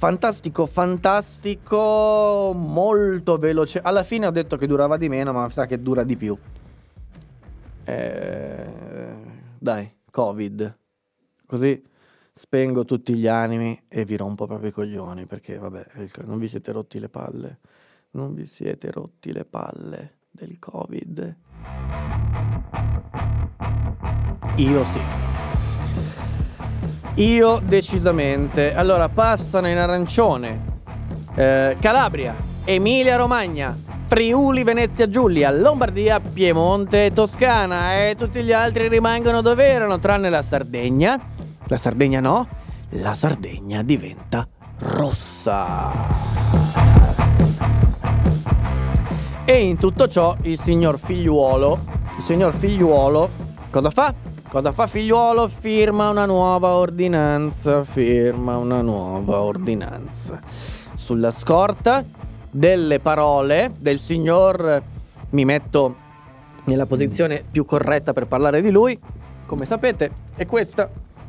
Speaker 6: molto veloce. Alla fine ho detto che durava di meno, ma mi sa che dura di più. Dai, Covid. Così spengo tutti gli animi e vi rompo proprio i coglioni, perché vabbè, non vi siete rotti le palle. Non vi siete rotti le palle del Covid? Io sì. Io decisamente. Allora, passano in arancione Calabria, Emilia Romagna, Friuli, Venezia Giulia, Lombardia, Piemonte e Toscana, e tutti gli altri rimangono dove erano, tranne la Sardegna. La Sardegna no, la Sardegna diventa rossa. E in tutto ciò il signor Figliuolo cosa fa? Cosa fa Figliuolo? Firma una nuova ordinanza. Sulla scorta delle parole del signor, mi metto nella posizione più corretta per parlare di lui, come sapete, è questa,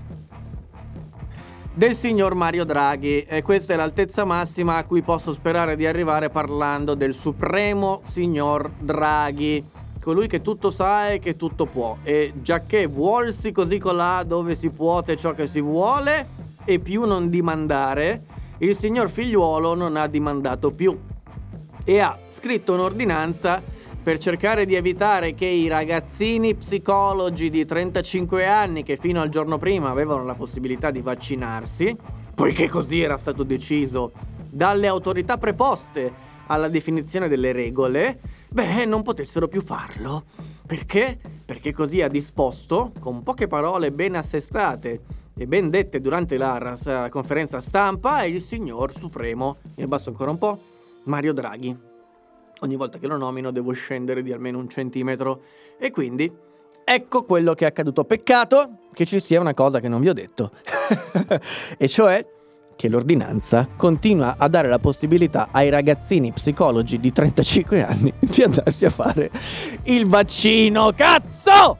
Speaker 6: del signor Mario Draghi, e questa è l'altezza massima a cui posso sperare di arrivare parlando del supremo signor Draghi, colui che tutto sa e che tutto può, e giacché vuolsi così colà dove si puote ciò che si vuole e più non dimandare, il signor Figliuolo non ha dimandato più e ha scritto un'ordinanza per cercare di evitare che i ragazzini psicologi di 35 anni che fino al giorno prima avevano la possibilità di vaccinarsi, poiché così era stato deciso dalle autorità preposte alla definizione delle regole, non potessero più farlo. Perché? Perché così ha disposto, con poche parole ben assestate e ben dette durante la conferenza stampa, il signor supremo, mi abbasso ancora un po', Mario Draghi. Ogni volta che lo nomino devo scendere di almeno 1 centimetro, e quindi ecco quello che è accaduto. Peccato che ci sia una cosa che non vi ho detto e cioè che l'ordinanza continua a dare la possibilità ai ragazzini psicologi di 35 anni di andarsi a fare il vaccino. Cazzo!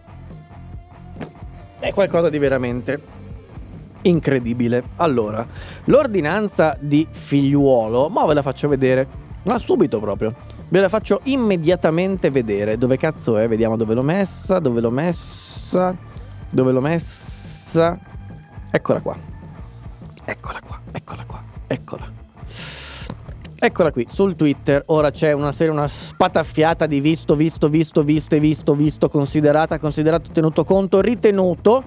Speaker 6: È qualcosa di veramente incredibile. Allora, l'ordinanza di Figliuolo, ma ve la faccio vedere, ma subito proprio, ve la faccio immediatamente vedere. Dove cazzo è? Vediamo dove l'ho messa. Eccola qua. Eccola qui, sul Twitter. Ora c'è una spataffiata di visto, considerato, tenuto conto, ritenuto.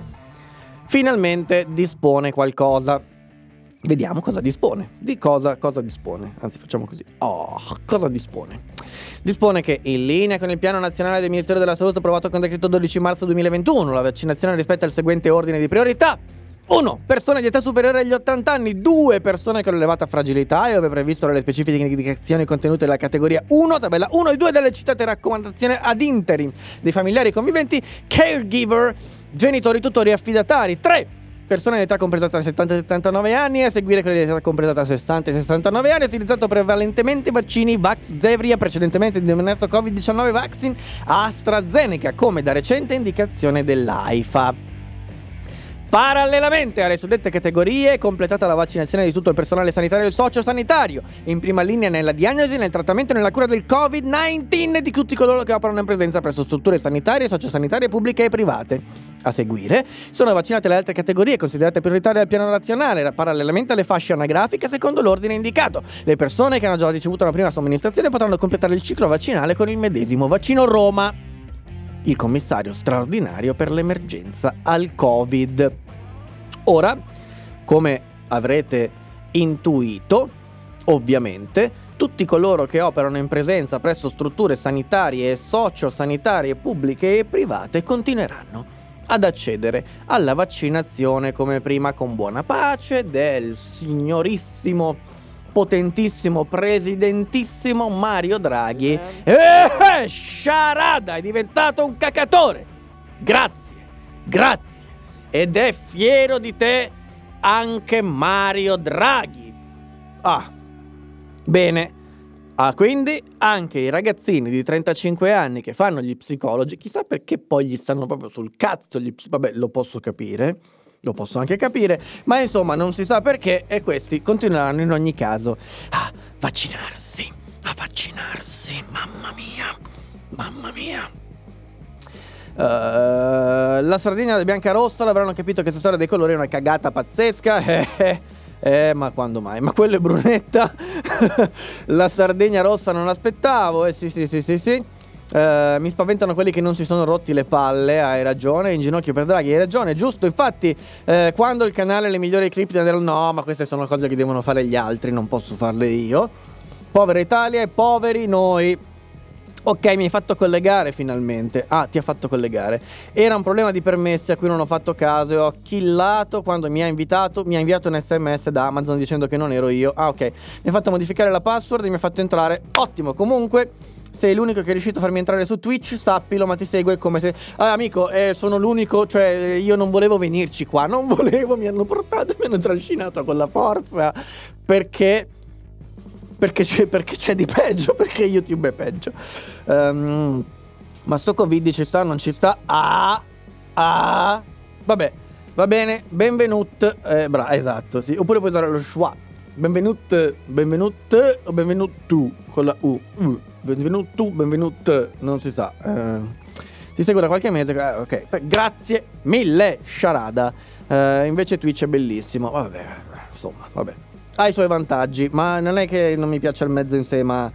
Speaker 6: Finalmente dispone qualcosa. Vediamo cosa dispone. Di cosa dispone? Anzi, facciamo così. Cosa dispone? Dispone che, in linea con il piano nazionale del Ministero della Salute approvato con decreto 12 marzo 2021, la vaccinazione rispetta il seguente ordine di priorità. 1. Persone di età superiore agli 80 anni. 2. Persone con elevata fragilità e ove previsto dalle specifiche indicazioni contenute nella categoria 1, tabella 1 e 2 delle citate raccomandazioni ad interim dei familiari conviventi, caregiver, genitori, tutori e affidatari. 3. Persone di età compresa tra 70 e 79 anni, a seguire quelle di età compresa tra 60 e 69 anni, utilizzato prevalentemente vaccini Vaxzevria, precedentemente denominato Covid-19 Vaccine AstraZeneca, come da recente indicazione dell'AIFA. Parallelamente alle suddette categorie è completata la vaccinazione di tutto il personale sanitario e socio-sanitario, in prima linea nella diagnosi, nel trattamento e nella cura del Covid-19 e di tutti coloro che operano in presenza presso strutture sanitarie, socio-sanitarie pubbliche e private. A seguire sono vaccinate le altre categorie considerate prioritarie dal piano nazionale, parallelamente alle fasce anagrafiche secondo l'ordine indicato. Le persone che hanno già ricevuto una prima somministrazione potranno completare il ciclo vaccinale con il medesimo vaccino. Roma. Il commissario straordinario per l'emergenza al Covid. Ora, come avrete intuito, ovviamente, tutti coloro che operano in presenza presso strutture sanitarie e socio-sanitarie pubbliche e private continueranno ad accedere alla vaccinazione come prima, con buona pace del signorissimo, potentissimo, presidentissimo Mario Draghi. Sciarada, è diventato un cacatore. Grazie. Ed è fiero di te anche Mario Draghi. Bene. Quindi anche i ragazzini di 35 anni che fanno gli psicologi, chissà perché poi gli stanno proprio sul cazzo vabbè, lo posso anche capire, ma insomma non si sa perché, e questi continueranno in ogni caso a vaccinarsi, mamma mia. La Sardegna del Biancarossa l'avranno capito che questa storia dei colori è una cagata pazzesca. Ma quando mai? Ma quello è Brunetta. La Sardegna rossa non l'aspettavo. Sì. Mi spaventano quelli che non si sono rotti le palle. Hai ragione, in ginocchio per Draghi. Hai ragione, giusto. Infatti quando il canale le migliori clip no, ma queste sono cose che devono fare gli altri, non posso farle io. Povera Italia e poveri noi. Ok, mi hai fatto collegare finalmente. Ah, ti ha fatto collegare. Era un problema di permessi a cui non ho fatto caso e ho killato quando mi ha inviato un SMS da Amazon dicendo che non ero io. Ah, ok. Mi ha fatto modificare la password e mi ha fatto entrare. Ottimo, comunque sei l'unico che è riuscito a farmi entrare su Twitch, sappilo, ma ti segue come se... amico, sono l'unico, cioè io non volevo venirci qua, non volevo, mi hanno portato, mi hanno trascinato con la forza, perché c'è di peggio, perché YouTube è peggio. Ma sto Covid ci sta, non ci sta? Vabbè, va bene, benvenut. Esatto, sì. Oppure puoi usare lo schwa. Benvenut o benvenutu con la U. Benvenut, non si sa. Ti seguo da qualche mese, ok. Grazie mille, Sharada. Invece Twitch è bellissimo. Vabbè, insomma, vabbè. Ha i suoi vantaggi, ma non è che non mi piaccia il mezzo in sé, ma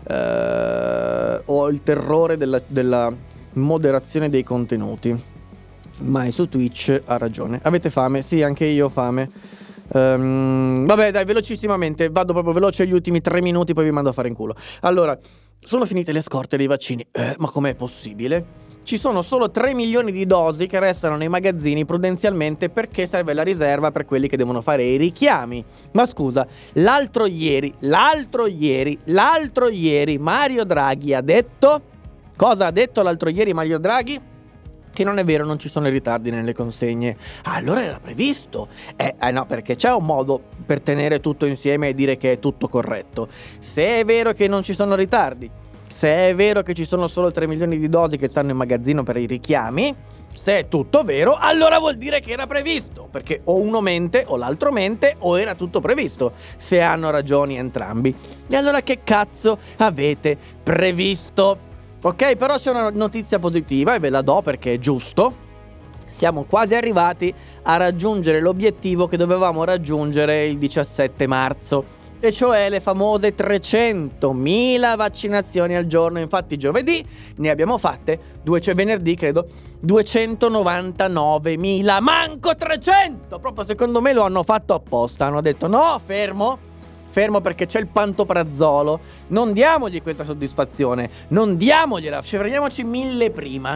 Speaker 6: ho il terrore della moderazione dei contenuti. Mai su Twitch, ha ragione. Avete fame? Sì, anche io ho fame. Vabbè, dai, velocissimamente, vado proprio veloce gli ultimi 3 minuti, poi vi mando a fare in culo. Allora, sono finite le scorte dei vaccini. Ma com'è possibile? Ci sono solo 3 milioni di dosi che restano nei magazzini prudenzialmente perché serve la riserva per quelli che devono fare i richiami. Ma scusa, l'altro ieri Mario Draghi ha detto... Cosa ha detto l'altro ieri Mario Draghi? Che non è vero, non ci sono i ritardi nelle consegne. Allora era previsto. No, perché c'è un modo per tenere tutto insieme e dire che è tutto corretto. Se è vero che non ci sono ritardi, se è vero che ci sono solo 3 milioni di dosi che stanno in magazzino per i richiami, se è tutto vero, allora vuol dire che era previsto, perché o uno mente o l'altro mente o era tutto previsto, se hanno ragioni entrambi. E allora che cazzo avete previsto? Ok, però c'è una notizia positiva e ve la do perché è giusto. Siamo quasi arrivati a raggiungere l'obiettivo che dovevamo raggiungere il 17 marzo. E cioè le famose 300.000 vaccinazioni al giorno. Infatti giovedì ne abbiamo fatte, venerdì credo, 299.000. Manco 300! Proprio secondo me lo hanno fatto apposta. Hanno detto no, fermo perché c'è il pantoprazolo. Non diamogli questa soddisfazione, non diamogliela, fermiamoci 1.000 prima.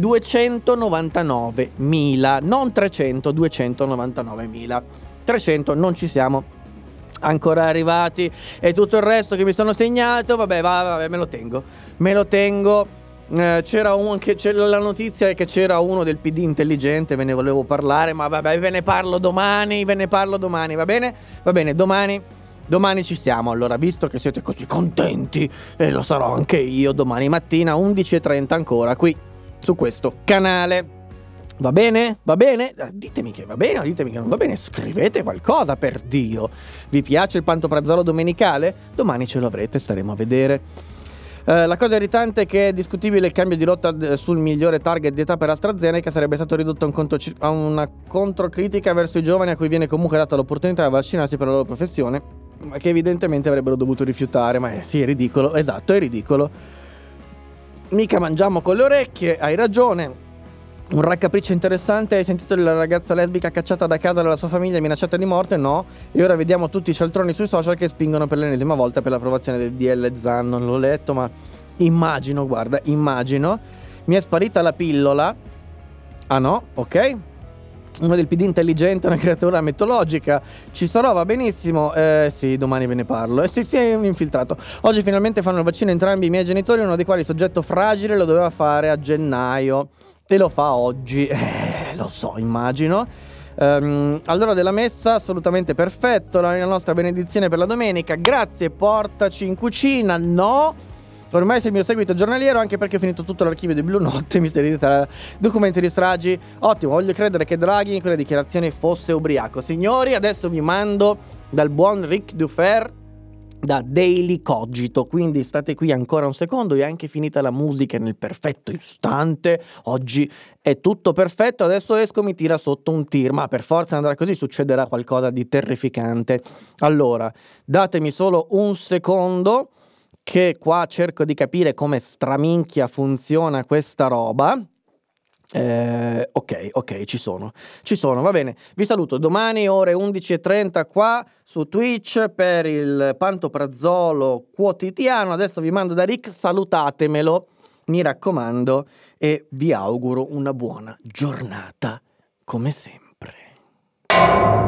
Speaker 6: 299.000, non 300, 299.000. 300 non ci siamo ancora arrivati, e tutto il resto che mi sono segnato, vabbè, me lo tengo. C'era la notizia è che c'era uno del PD intelligente, ve ne volevo parlare, ma vabbè, ve ne parlo domani, va bene, domani ci siamo. Allora, visto che siete così contenti, e lo sarò anche io domani mattina 11:30 ancora qui su questo canale. Va bene? Ditemi che va bene o ditemi che non va bene. Scrivete qualcosa, per Dio. Vi piace il pantoprazolo domenicale? Domani ce lo avrete, staremo a vedere. La cosa irritante è che è discutibile il cambio di rotta sul migliore target di età per AstraZeneca. Sarebbe stato ridotto a una controcritica verso i giovani a cui viene comunque data l'opportunità di vaccinarsi per la loro professione, ma che evidentemente avrebbero dovuto rifiutare. Ma sì, è ridicolo, esatto, è ridicolo. Mica mangiamo con le orecchie, hai ragione. Un raccapriccio interessante, hai sentito della ragazza lesbica cacciata da casa dalla sua famiglia e minacciata di morte? No. E ora vediamo tutti i cialtroni sui social che spingono per l'ennesima volta per l'approvazione del DL Zan. Non l'ho letto, ma immagino. Mi è sparita la pillola. Ah no, ok. Uno del PD intelligente, una creatura mitologica. Ci sarò, va benissimo. Sì, domani ve ne parlo. Sì, è un infiltrato. Oggi finalmente fanno il vaccino entrambi i miei genitori, uno dei quali soggetto fragile lo doveva fare a gennaio e lo fa oggi. Lo so, immagino. All'ora della messa, assolutamente perfetto. La nostra benedizione per la domenica. Grazie, portaci in cucina. No, ormai sei il mio seguito giornaliero, anche perché ho finito tutto l'archivio di Blue Notte, misteri di documenti di stragi. Ottimo, voglio credere che Draghi in quelle dichiarazioni fosse ubriaco. Signori, adesso vi mando dal buon Ric Dufer da Daily Cogito, quindi state qui ancora un secondo. È anche finita la musica nel perfetto istante. Oggi è tutto perfetto. Adesso esco, mi tira sotto un tir, ma per forza andrà così, succederà qualcosa di terrificante. Allora, datemi solo un secondo, che qua cerco di capire come straminchia funziona questa roba. Ok, ci sono, va bene. Vi saluto domani ore 11:30 qua su Twitch per il Pantoprazolo quotidiano. Adesso vi mando da Rick, salutatemelo, mi raccomando, e vi auguro una buona giornata come sempre.